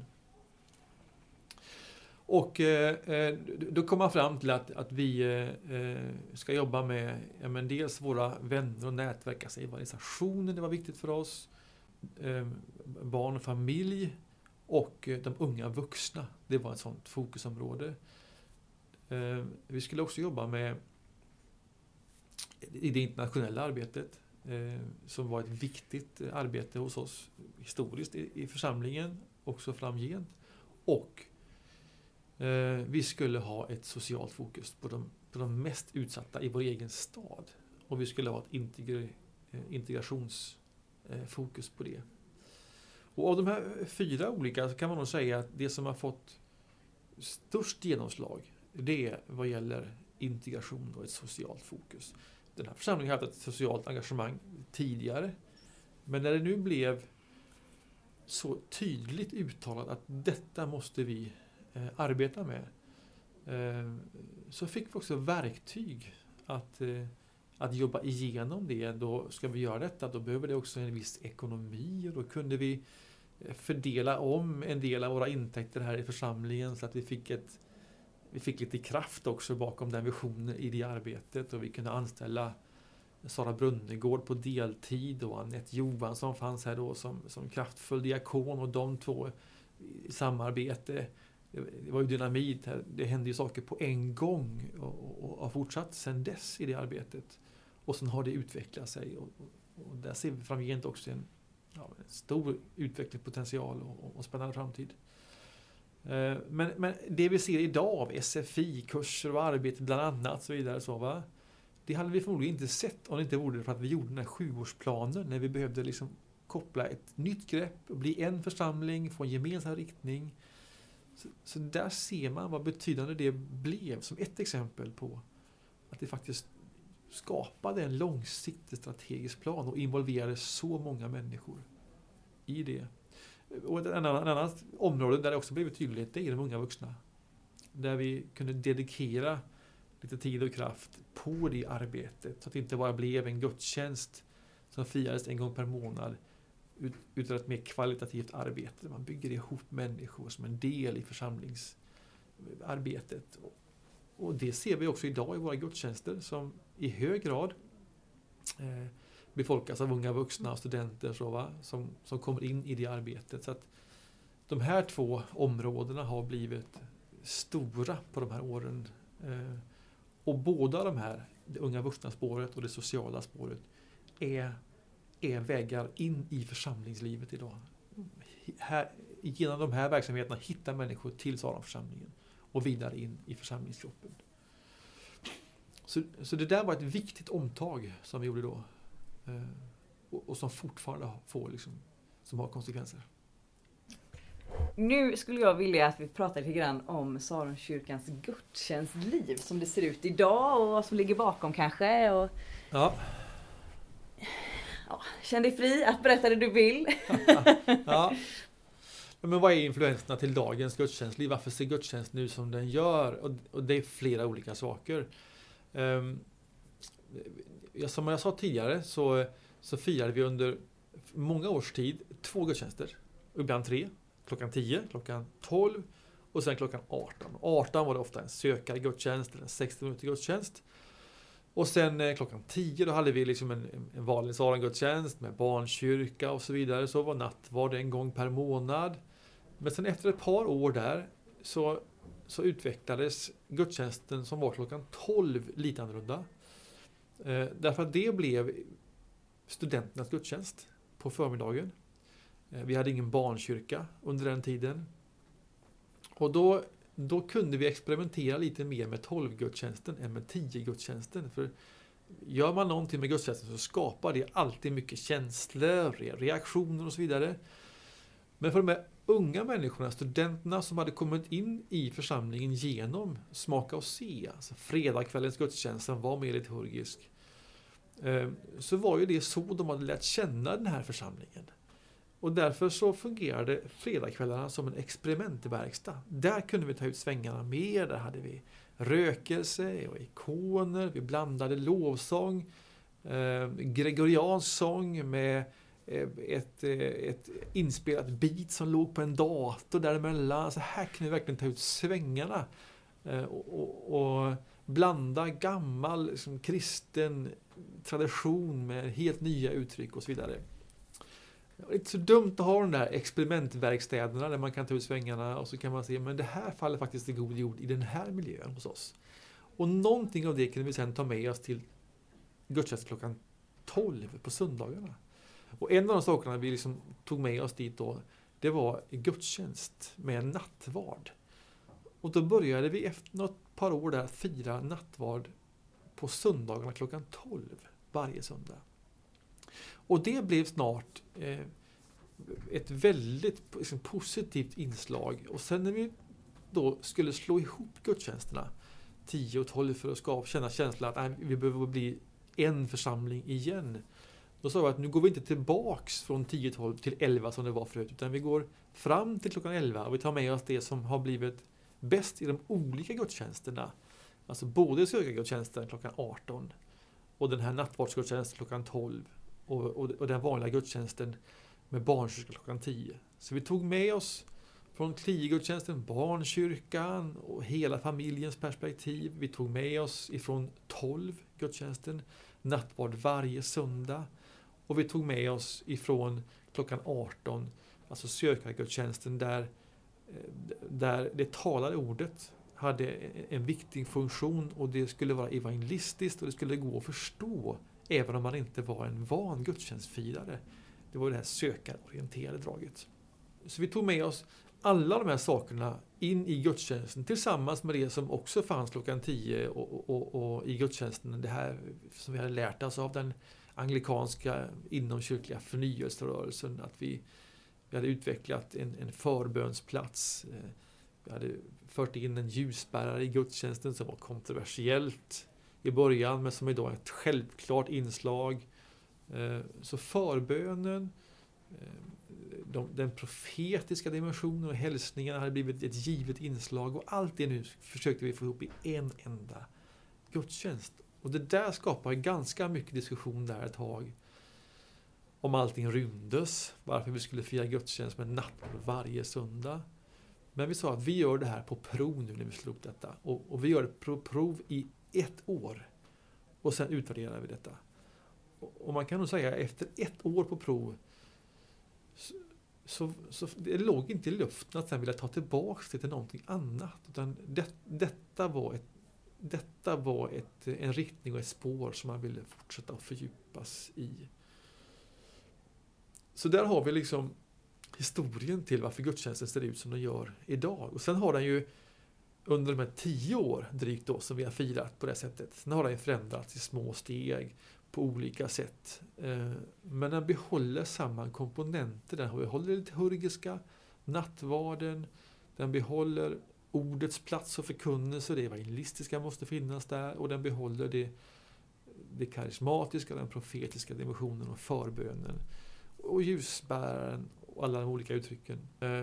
Och då kom man fram till att vi ska jobba med dels våra vänner och nätverk, alltså evangelisationen, det var viktigt för oss. Barn och familj och de unga vuxna, det var ett sånt fokusområde. Vi skulle också jobba med i det internationella arbetet, som var ett viktigt arbete hos oss historiskt i församlingen, också framgent. Och vi skulle ha ett socialt fokus på de mest utsatta i vår egen stad. Och vi skulle ha ett integrationsfokus på det. Och av de här 4 olika så kan man nog säga att det som har fått störst genomslag, det är vad gäller integration och ett socialt fokus. Den här församlingen har haft ett socialt engagemang tidigare, men när det nu blev så tydligt uttalat att detta måste vi arbeta med, så fick vi också verktyg att jobba igenom det. Då ska vi göra detta, då behöver det också en viss ekonomi, och då kunde vi fördela om en del av våra intäkter här i församlingen så att vi fick lite kraft också bakom den visionen i det arbetet, och vi kunde anställa Sara Brunnegård på deltid och Annette Johansson fanns här då som kraftfull diakon, och de 2 i samarbete. Det var ju dynamit här. Det hände ju saker på en gång och har fortsatt sedan dess i det arbetet. Och sen har det utvecklat sig, och där ser vi framgent också en stor utvecklingspotential och spännande framtid. Men det vi ser idag av SFI-kurser och arbete bland annat så vidare, så va, det hade vi förmodligen inte sett om det inte vore för att vi gjorde den här 7-årsplanen, när vi behövde liksom koppla ett nytt grepp och bli en församling, få en gemensam riktning. Så där ser man vad betydande det blev, som ett exempel på att det faktiskt skapade en långsiktig strategisk plan och involverade så många människor i det. Och ett annat område där det också blivit tydligt, det är de unga vuxna. Där vi kunde dedikera lite tid och kraft på det arbetet. Så att det inte bara blev en gudstjänst som firades en gång per månad, utan ett mer kvalitativt arbete där man bygger ihop människor som en del i församlingsarbetet. Och det ser vi också idag i våra gudstjänster som i hög grad befolkas av unga vuxna och studenter som kommer in i det arbetet. Så att de här två områdena har blivit stora på de här åren. Och båda de här, det unga vuxna spåret och det sociala spåret, är vägar in i församlingslivet idag. Genom de här verksamheterna hittar människor till Saronförsamlingen och vidare in i församlingskroppen. Så det där var ett viktigt omtag som vi gjorde då. Och som fortfarande får som har konsekvenser. Nu skulle jag vilja att vi pratar lite grann om Saronkyrkans gudstjänstliv som det ser ut idag och vad som ligger bakom kanske. Och... Ja. Känn dig fri att berätta det du vill. Ja. Men vad är influenserna till dagens gudstjänstliv? Varför ser gudstjänst nu som den gör? Och det är flera olika saker. Som jag sa tidigare så firade vi under många års tid 2 gudstjänster. Ibland 3. Klockan 10, klockan 12 och sen klockan 18. 18 var det ofta en sökare gudstjänst eller en 60 minuter gudstjänst. Och sen klockan 10 då hade vi en vanlig Sarongudstjänst med barnkyrka och så vidare. Så var nattvard en gång per månad. Men sen efter ett par år där så utvecklades gudstjänsten som var klockan 12 lite annorlunda. Därför att det blev studenternas gudstjänst på förmiddagen. Vi hade ingen barnkyrka under den tiden. Och då kunde vi experimentera lite mer med 12-gudstjänsten än med 10-gudstjänsten. För gör man någonting med gudstjänsten så skapar det alltid mycket känslor, reaktioner och så vidare. Men för de här unga människorna, studenterna som hade kommit in i församlingen genom smaka och se, alltså fredagskvällens gudstjänst som var mer liturgisk, så var ju det så de hade lärt känna den här församlingen. Och därför så fungerade fredagskvällarna som en experimentverkstad. Där kunde vi ta ut svängarna mer. Där hade vi rökelse och ikoner. Vi blandade lovsång, gregoriansk sång med ett inspelat beat som låg på en dator däremellan. Så här kunde vi verkligen ta ut svängarna och blanda gammal kristen tradition med helt nya uttryck och så vidare. Det är inte så dumt att ha de där experimentverkstäderna där man kan ta ut svängarna och så kan man se, men det här faller faktiskt i god jord i den här miljön hos oss. Och någonting av det kan vi sedan ta med oss till gudstjänst klockan 12 på söndagarna. Och en av de sakerna vi tog med oss dit då, det var gudstjänst med nattvard. Och då började vi efter något par år där fira nattvard på söndagarna klockan 12 varje söndag. Och det blev snart ett väldigt positivt inslag. Och sen när vi då skulle slå ihop gudstjänsterna 10 och 12 för att känna känslan att vi behöver bli en församling igen. Då sa vi att nu går vi inte tillbaks från 10-12 till 11 som det var förut, utan vi går fram till klockan 11 och vi tar med oss det som har blivit bäst i de olika gudstjänsterna. Alltså både sökargudstjänsten klockan 18 och den här nattvardsgudstjänsten klockan 12 och den vanliga gudstjänsten med barnkyrka klockan 10. Så vi tog med oss från kliegudstjänsten barnkyrkan och hela familjens perspektiv. Vi tog med oss ifrån 12 gudstjänsten nattvard varje söndag. Och vi tog med oss ifrån klockan 18, alltså sökargudstjänsten där det talade ordet hade en viktig funktion och det skulle vara evangelistiskt och det skulle gå att förstå även om man inte var en van gudstjänstfirare. Det var det här sökarorienterade draget. Så vi tog med oss alla de här sakerna in i gudstjänsten tillsammans med det som också fanns klockan 10 och i gudstjänsten. Det här som vi hade lärt oss av den anglikanska inomkyrkliga förnyelserörelsen. Att vi hade utvecklat en förbönsplats. Vi hade fört in en ljusbärare i gudstjänsten som var kontroversiellt i början men som idag är ett självklart inslag. Så förbönen, Den profetiska dimensionen och hälsningarna hade blivit ett givet inslag, och allt det nu försökte vi få ihop i en enda gudstjänst. Och det där skapar ganska mycket diskussion där ett tag. Om allting rymdes, varför vi skulle fira gudstjänst med nattvard varje söndag. Men vi sa att vi gör det här på prov nu när vi slog upp detta. Och vi gör det på prov i 1 år. Och sen utvärderar vi detta. Och man kan nog säga efter 1 år på prov så det låg inte i luften att sen vilja ta tillbaka det till någonting annat. Utan detta var en riktning och ett spår som man ville fortsätta att fördjupas i. Så där har vi liksom historien till varför gudstjänsten ser ut som den gör idag. Och sen har den ju under de här 10 år drygt då som vi har firat på det sättet. Sen har den förändrats i små steg på olika sätt. Men den behåller samma komponenter. Den behåller det liturgiska, nattvarden. Den behåller ordets plats och förkunnelse. Det evangelistiska måste finnas där. Och den behåller det karismatiska, den profetiska dimensionen och förbönen. Och ljusbäraren och alla de olika uttrycken.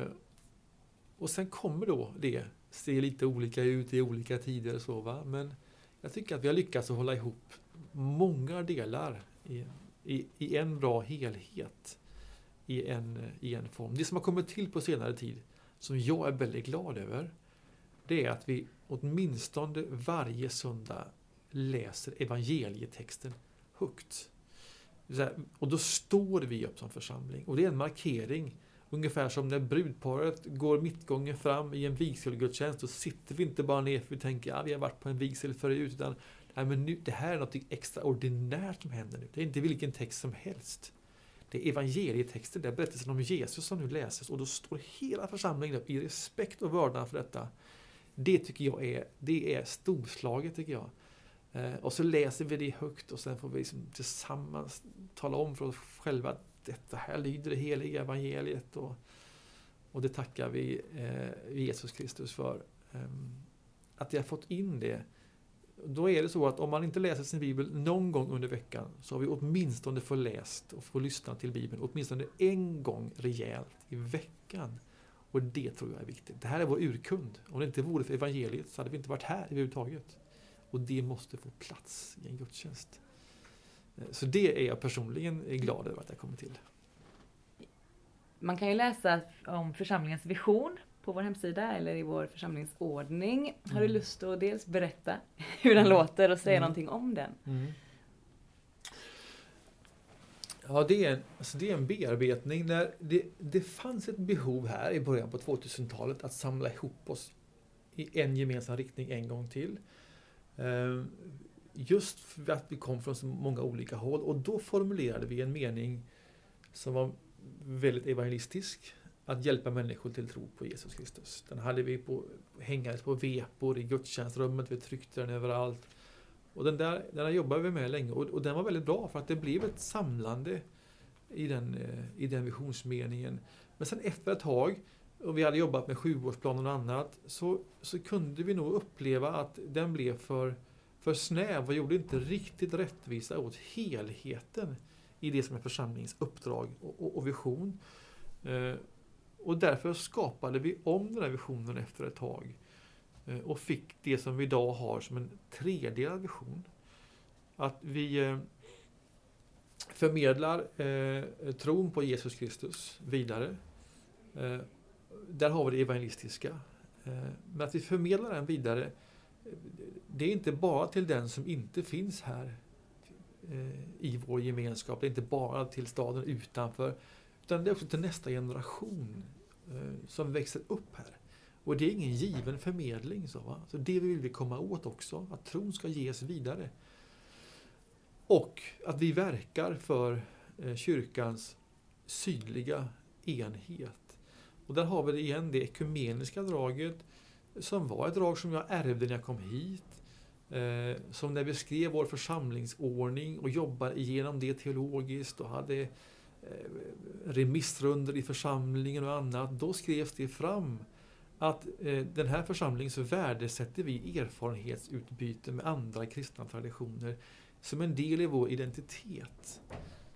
Och sen kommer då det se lite olika ut i olika tider och så, va? Men jag tycker att vi har lyckats att hålla ihop många delar i en bra helhet i en form. Det som har kommit till på senare tid som jag är väldigt glad över, det är att vi åtminstone varje söndag läser evangelietexten högt. Och då står vi upp som församling. Och det är en markering. Ungefär som när brudparet går mittgången fram i en vigselgudstjänst. Då sitter vi inte bara ner för vi tänker vi har varit på en vigsel förut. Utan men nu, det här är något extraordinärt som händer nu. Det är inte vilken text som helst. Det är evangelietexten, det är berättelsen om Jesus som nu läses. Och då står hela församlingen upp i respekt och vördnad för detta. Det tycker jag är storslaget, tycker jag. Och så läser vi det högt och sen får vi liksom tillsammans tala om för oss själva att detta här lyder det heliga evangeliet, och det tackar vi Jesus Kristus för att jag har fått in det. Då är det så att om man inte läser sin bibel någon gång under veckan så har vi åtminstone få läst och få lyssna till bibeln åtminstone en gång rejält i veckan. Och det tror jag är viktigt. Det här är vår urkund. Om det inte vore för evangeliet så hade vi inte varit här överhuvudtaget. Och det måste få plats i en gudstjänst. Så det är jag personligen glad över att jag kommer till. Man kan ju läsa om församlingens vision på vår hemsida eller i vår församlingsordning. Har du lust att dels berätta hur den låter och säga någonting om den? Ja, det är en bearbetning. När det fanns ett behov här i början på 2000-talet att samla ihop oss i en gemensam riktning en gång till. Just för att vi kom från så många olika håll, och då formulerade vi en mening som var väldigt evangelistisk, att hjälpa människor till tro på Jesus Kristus. Den hade vi hängades på vepor i gudstjänstrummet, vi tryckte den överallt. Och den jobbade vi med länge, och den var väldigt bra för att det blev ett samlande i den visionsmeningen. Men sen efter ett tag, och vi hade jobbat med 7-årsplanen och annat, så kunde vi nog uppleva att den blev för snäv och gjorde inte riktigt rättvisa åt helheten i det som är församlingens uppdrag och vision. Och därför skapade vi om den här visionen efter ett tag och fick det som vi idag har som en tredelad vision. Att vi förmedlar tron på Jesus Kristus vidare. Där har vi det evangelistiska. Men att vi förmedlar den vidare, det är inte bara till den som inte finns här i vår gemenskap. Det är inte bara till staden utanför, utan det är också till nästa generation som växer upp här. Och det är ingen given förmedling. Så det vill vi komma åt också. Att tron ska ges vidare. Och att vi verkar för kyrkans sydliga enhet. Och där har vi det igen, det ekumeniska draget, som var ett drag som jag ärvde när jag kom hit. Som när vi skrev vår församlingsordning och jobbade igenom det teologiskt och hade remissrunder i församlingen och annat. Då skrevs det fram att den här församlingen så värdesätter vi erfarenhetsutbyte med andra kristna traditioner som en del i vår identitet.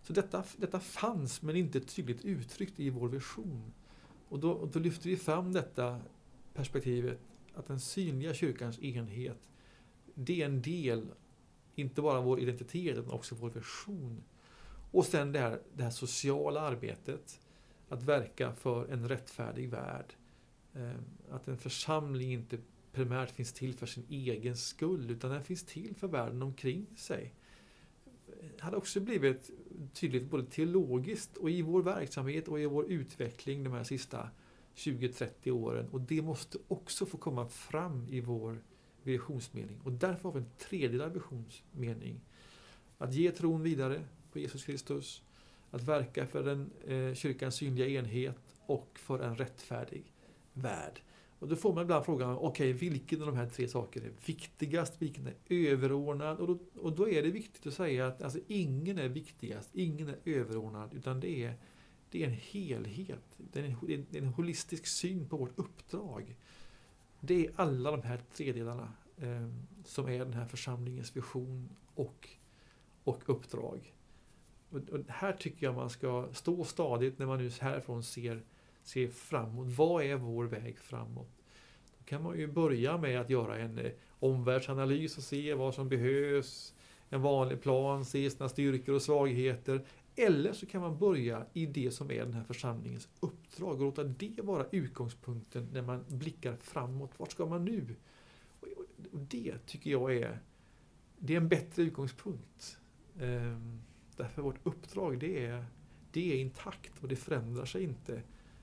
Så detta fanns men inte tydligt uttryckt i vår vision. Och då lyfter vi fram detta perspektivet att den synliga kyrkans enhet, det är en del, inte bara vår identitet utan också vår vision. Och sen det här sociala arbetet, att verka för en rättfärdig värld. Att en församling inte primärt finns till för sin egen skull utan den finns till för världen omkring sig. Det hade också blivit tydligt både teologiskt och i vår verksamhet och i vår utveckling de här sista 20-30 åren. Och det måste också få komma fram i vår visionsmening. Och därför har vi en tredje visionsmening. Att ge tron vidare på Jesus Kristus. Att verka för den kyrkans synliga enhet och för en rättfärdig värld. Och då får man ibland frågan, okej, vilken av de här tre sakerna är viktigast? Vilken är överordnad? Och då är det viktigt att säga att alltså, ingen är viktigast, ingen är överordnad, utan det är en helhet. Det är en holistisk syn på vårt uppdrag. Det är alla de här tre delarna som är den här församlingens vision och uppdrag. Och här tycker jag man ska stå stadigt när man nu härifrån ser framåt. Vad är vår väg framåt? Då kan man ju börja med att göra en omvärldsanalys och se vad som behövs. En vanlig plan, se sina styrkor och svagheter. Eller så kan man börja i det som är den här församlingens uppdrag och låta det vara utgångspunkten när man blickar framåt. Vart ska man nu? Och det tycker jag är en bättre utgångspunkt. Därför vårt uppdrag det är intakt och det förändrar sig inte.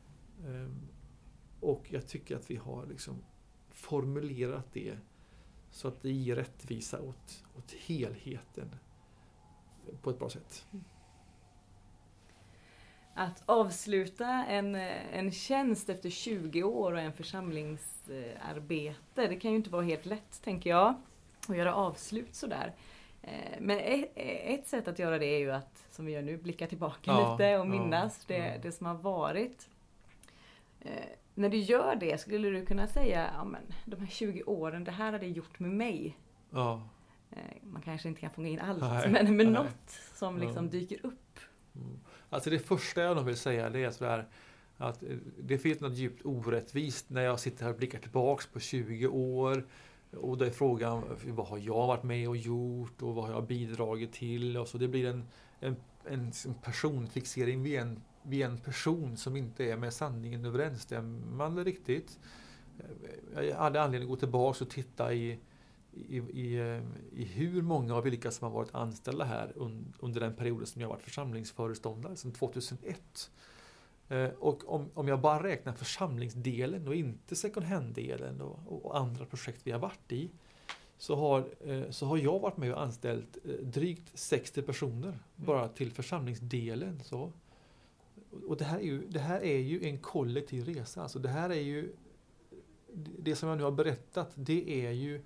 Och jag tycker att vi har liksom formulerat det så att det ger rättvisa åt helheten på ett bra sätt. Att avsluta en tjänst efter 20 år och en församlingsarbete, det kan ju inte vara helt lätt, tänker jag, att göra avslut sådär. Men ett sätt att göra det är ju att, som vi gör nu, blicka tillbaka lite och minnas det som har varit. När du gör det, skulle du kunna säga, ja men de här 20 åren, det här hade gjort med mig. Ja. Man kanske inte kan fånga in allt, men något som liksom dyker upp. Alltså det första jag nog vill säga, det är sådär att det finns något djupt orättvist när jag sitter här och blickar tillbaks på 20 år. Och då är frågan, vad har jag varit med och gjort och vad har jag bidragit till? Och så det blir en personfixering vid en person som inte är med sanningen överensstämmande riktigt. Jag hade anledning att gå tillbaka och titta i hur många av vilka som har varit anställda här under den perioden som jag har varit församlingsföreståndare, sedan 2001. Och om jag bara räknar församlingsdelen och inte second hand-delen och andra projekt vi har varit i, så har jag varit med och anställt drygt 60 personer bara till församlingsdelen. Så. Och det här är ju en kollektiv resa. Alltså det här är ju, det som jag nu har berättat, det är ju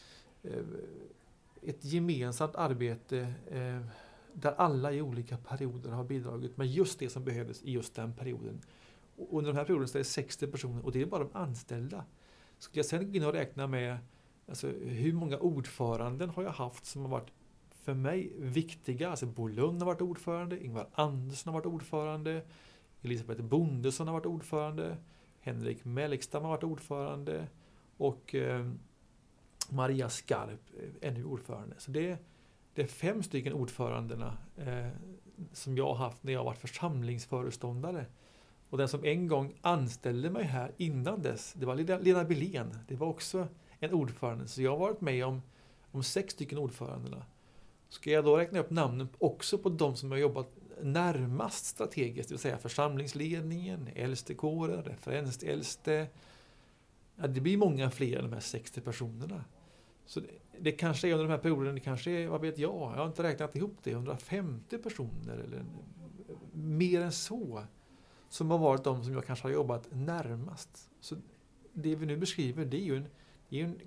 ett gemensamt arbete där alla i olika perioder har bidragit med just det som behövdes i just den perioden. Och under den här perioden så är det 60 personer och det är bara de anställda. Skulle jag sen gå in och räkna med alltså, hur många ordföranden har jag haft som har varit för mig viktiga. Alltså Bo Lund har varit ordförande, Ingvar Andersson har varit ordförande, Elisabeth Bondesson har varit ordförande, Henrik Melkstam har varit ordförande och Maria Skarp är nu ordförande. Så det är 5 stycken ordförandena som jag har haft när jag har varit församlingsföreståndare. Och den som en gång anställde mig här innan dess, det var Lena Billén. Det var också en ordförande. Så jag har varit med om 6 stycken ordförandena. Ska jag då räkna upp namnen också på de som har jobbat närmast strategiskt, det vill säga församlingsledningen, äldstekåren, referensäldste. Ja, det blir många fler än de här 60 personerna. Så det kanske är under de här perioderna, det kanske är, vad vet jag har inte räknat ihop det, 150 personer eller mer än så som har varit de som jag kanske har jobbat närmast. Så det vi nu beskriver, det är ju en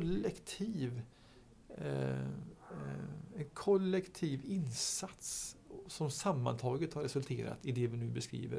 kollektiv insats som sammantaget har resulterat i det vi nu beskriver.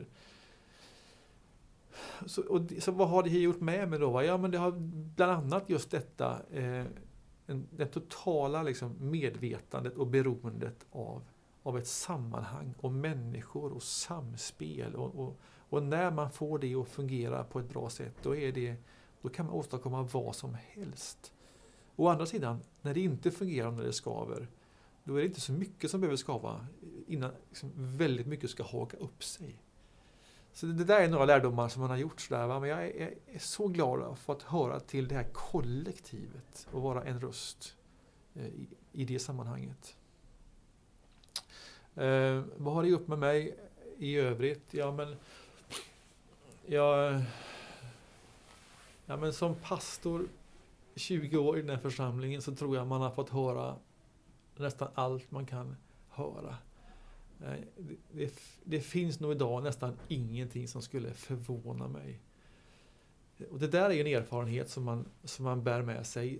Så vad har det här gjort med mig då? Ja, men det har bland annat just detta det totala liksom medvetandet och beroendet av av ett sammanhang och människor och samspel. Och när man får det att fungera på ett bra sätt, då kan man åstadkomma vad som helst. Å andra sidan, när det inte fungerar, när det skaver, då är det inte så mycket som behöver skava innan liksom väldigt mycket ska haka upp sig. Så det där är några lärdomar som man har gjort sådär, va? Men jag är så glad att få höra till det här kollektivet och vara en röst i det sammanhanget. Vad har det gjort med mig i övrigt? Men som pastor 20 år i den här församlingen så tror jag man har fått höra nästan allt man kan höra. Det finns nog idag nästan ingenting som skulle förvåna mig. Och det där är ju en erfarenhet som man bär med sig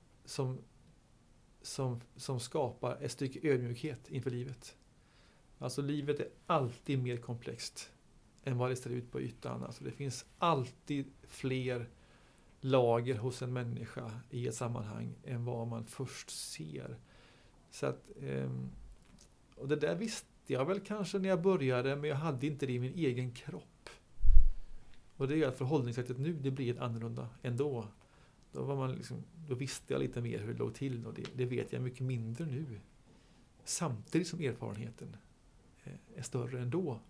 som skapar ett stycke ödmjukhet inför livet. Alltså livet är alltid mer komplext än vad det ser ut på ytan. Alltså det finns alltid fler lager hos en människa i ett sammanhang än vad man först ser. Så att, och det där visste jag väl kanske när jag började, men jag hade inte det i min egen kropp. Och det gör att förhållningssättet nu, det blir ett annorlunda ändå. Då visste jag lite mer hur det låg till, och det vet jag mycket mindre nu. Samtidigt som erfarenheten är större ändå.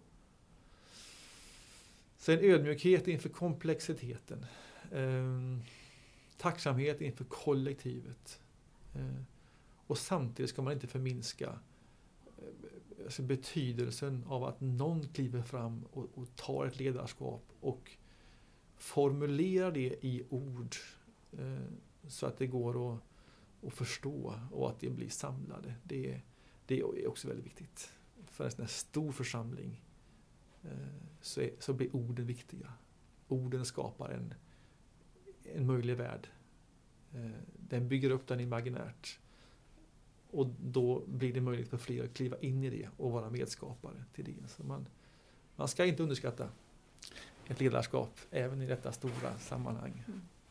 Så en ödmjukhet inför komplexiteten. Tacksamhet inför kollektivet. Och samtidigt ska man inte förminska betydelsen av att någon kliver fram och tar ett ledarskap och formulerar det i ord så att det går att förstå och att det blir samlade. Det är också väldigt viktigt. För en sån här stor församling så blir orden viktiga. Orden skapar en möjlig värld. Den bygger upp den imaginärt. Och då blir det möjligt för fler att kliva in i det och vara medskapare till det. Så man ska inte underskatta ett ledarskap även i detta stora sammanhang.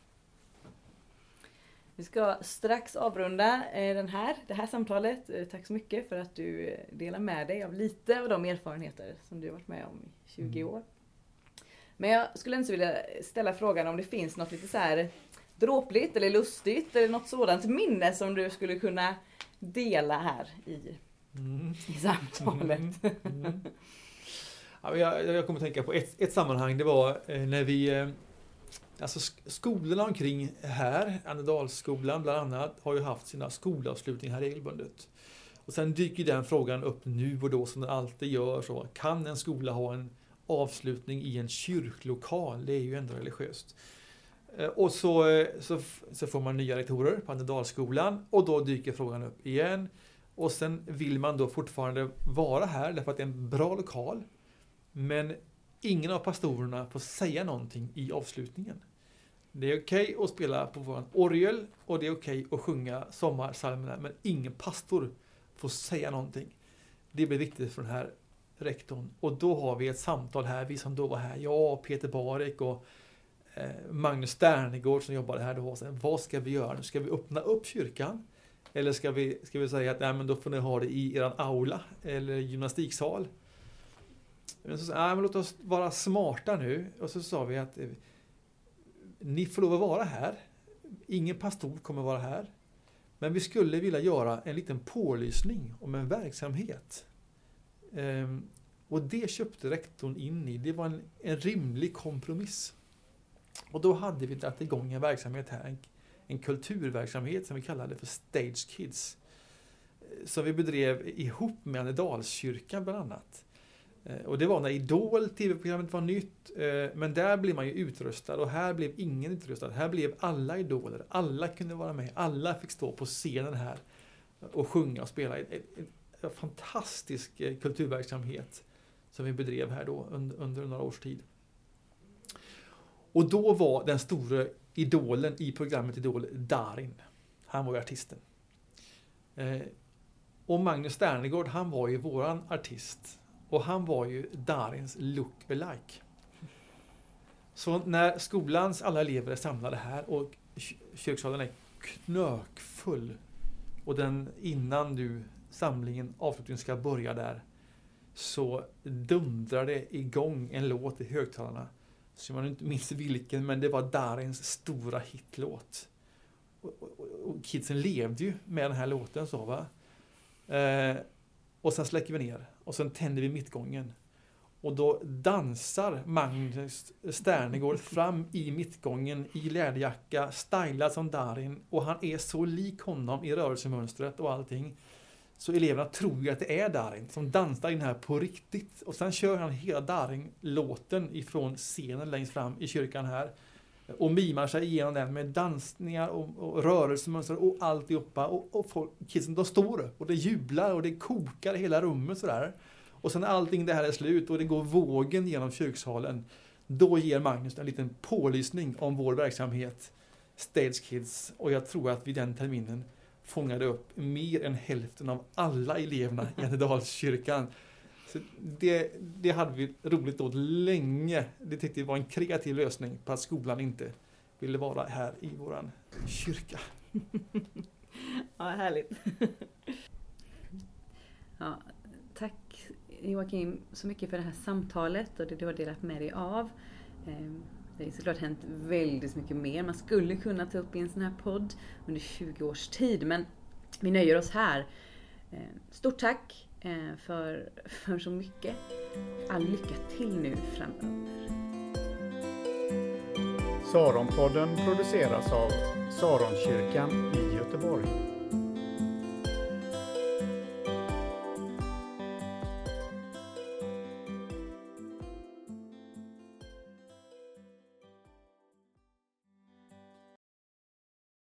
Vi ska strax avrunda det här samtalet. Tack så mycket för att du delar med dig av lite av de erfarenheter som du har varit med om i 20 år. Men jag skulle inte vilja ställa frågan om det finns något lite så här dråpligt eller lustigt eller något sådant minne som du skulle kunna dela här i samtalet. Ja, jag kommer att tänka på ett sammanhang. Det var när vi alltså skolorna omkring här, Annedalsskolan bland annat, har ju haft sina skolavslutningar här regelbundet. Och sen dyker den frågan upp nu och då som den alltid gör. Så kan en skola ha en avslutning i en kyrklokal? Det är ju ändå religiöst. Och så får man nya rektorer på Annedalsskolan och då dyker frågan upp igen. Och sen vill man då fortfarande vara här därför att det är en bra lokal. Men ingen av pastorerna får säga någonting i avslutningen. Det är okej att spela på våran orgel och det är okej att sjunga sommarsalmerna, men ingen pastor får säga någonting. Det blir viktigt för den här rektorn. Och då har vi ett samtal här, vi som då var här, jag, Peter Barek och Magnus Sternegård som jobbade här då. Vad ska vi göra nu? Ska vi öppna upp kyrkan? Eller ska vi säga att nej, men då får ni ha det i eran aula eller gymnastiksal? Men så sa men låt oss vara smarta nu. Och så sa vi att ni får lov att vara här. Ingen pastor kommer vara här. Men vi skulle vilja göra en liten pålysning om en verksamhet. Och det köpte rektorn in i. Det var en rimlig kompromiss. Och då hade vi dragit igång en verksamhet här. En kulturverksamhet som vi kallade för Stage Kids. Som vi bedrev ihop med Annedalskyrkan bland annat. Och det var när Idol, tv-programmet var nytt. Men där blev man ju utrustad och här blev ingen utrustad. Här blev alla idoler. Alla kunde vara med. Alla fick stå på scenen här och sjunga och spela. En fantastisk kulturverksamhet som vi bedrev här då under några års tid. Och då var den stora idolen i programmet Idol Darin. Han var ju artisten. Och Magnus Sternegård, han var ju våran artist. Och han var ju Darins look-alike. Så när skolans alla elever är samlade här och kyrksalen är knökfull och den innan du samlingen, avslutningen ska börja där, så dundrar det igång en låt i högtalarna. Så man inte minns vilken, men det var Darins stora hitlåt. Och kidsen levde ju med den här låten så va. Och sen släcker vi ner. Och sen tänder vi mittgången. Och då dansar Magnus Sternegård fram i mittgången i läderjacka, stylad som Darin. Och han är så lik honom i rörelsemönstret och allting. Så eleverna tror ju att det är Darin som dansar in här på riktigt. Och sen kör han hela Darin-låten ifrån scenen längst fram i kyrkan här. Och mimar sig igenom den med dansningar och rörelsemönster och alltihopa. Och folk, kidsen, de står upp och det jublar och det kokar i hela rummet sådär. Och sen när allting det här är slut och det går vågen genom kyrksalen, då ger Magnus en liten pålysning om vår verksamhet, Stage Kids. Och jag tror att vid den terminen fångade upp mer än hälften av alla eleverna i Annedalskyrkan. Så det hade vi roligt åt länge. Det tyckte vi var en kreativ lösning på att skolan inte ville vara här i våran kyrka. Ja, härligt. Ja, tack Joakim så mycket för det här samtalet och det du har delat med dig av. Det är såklart hänt väldigt mycket mer. Man skulle kunna ta upp i en sån här podd under 20 års tid, men vi nöjer oss här. Stort tack för så mycket. All lycka till nu framöver. Saronpodden produceras av Saronkyrkan i Göteborg.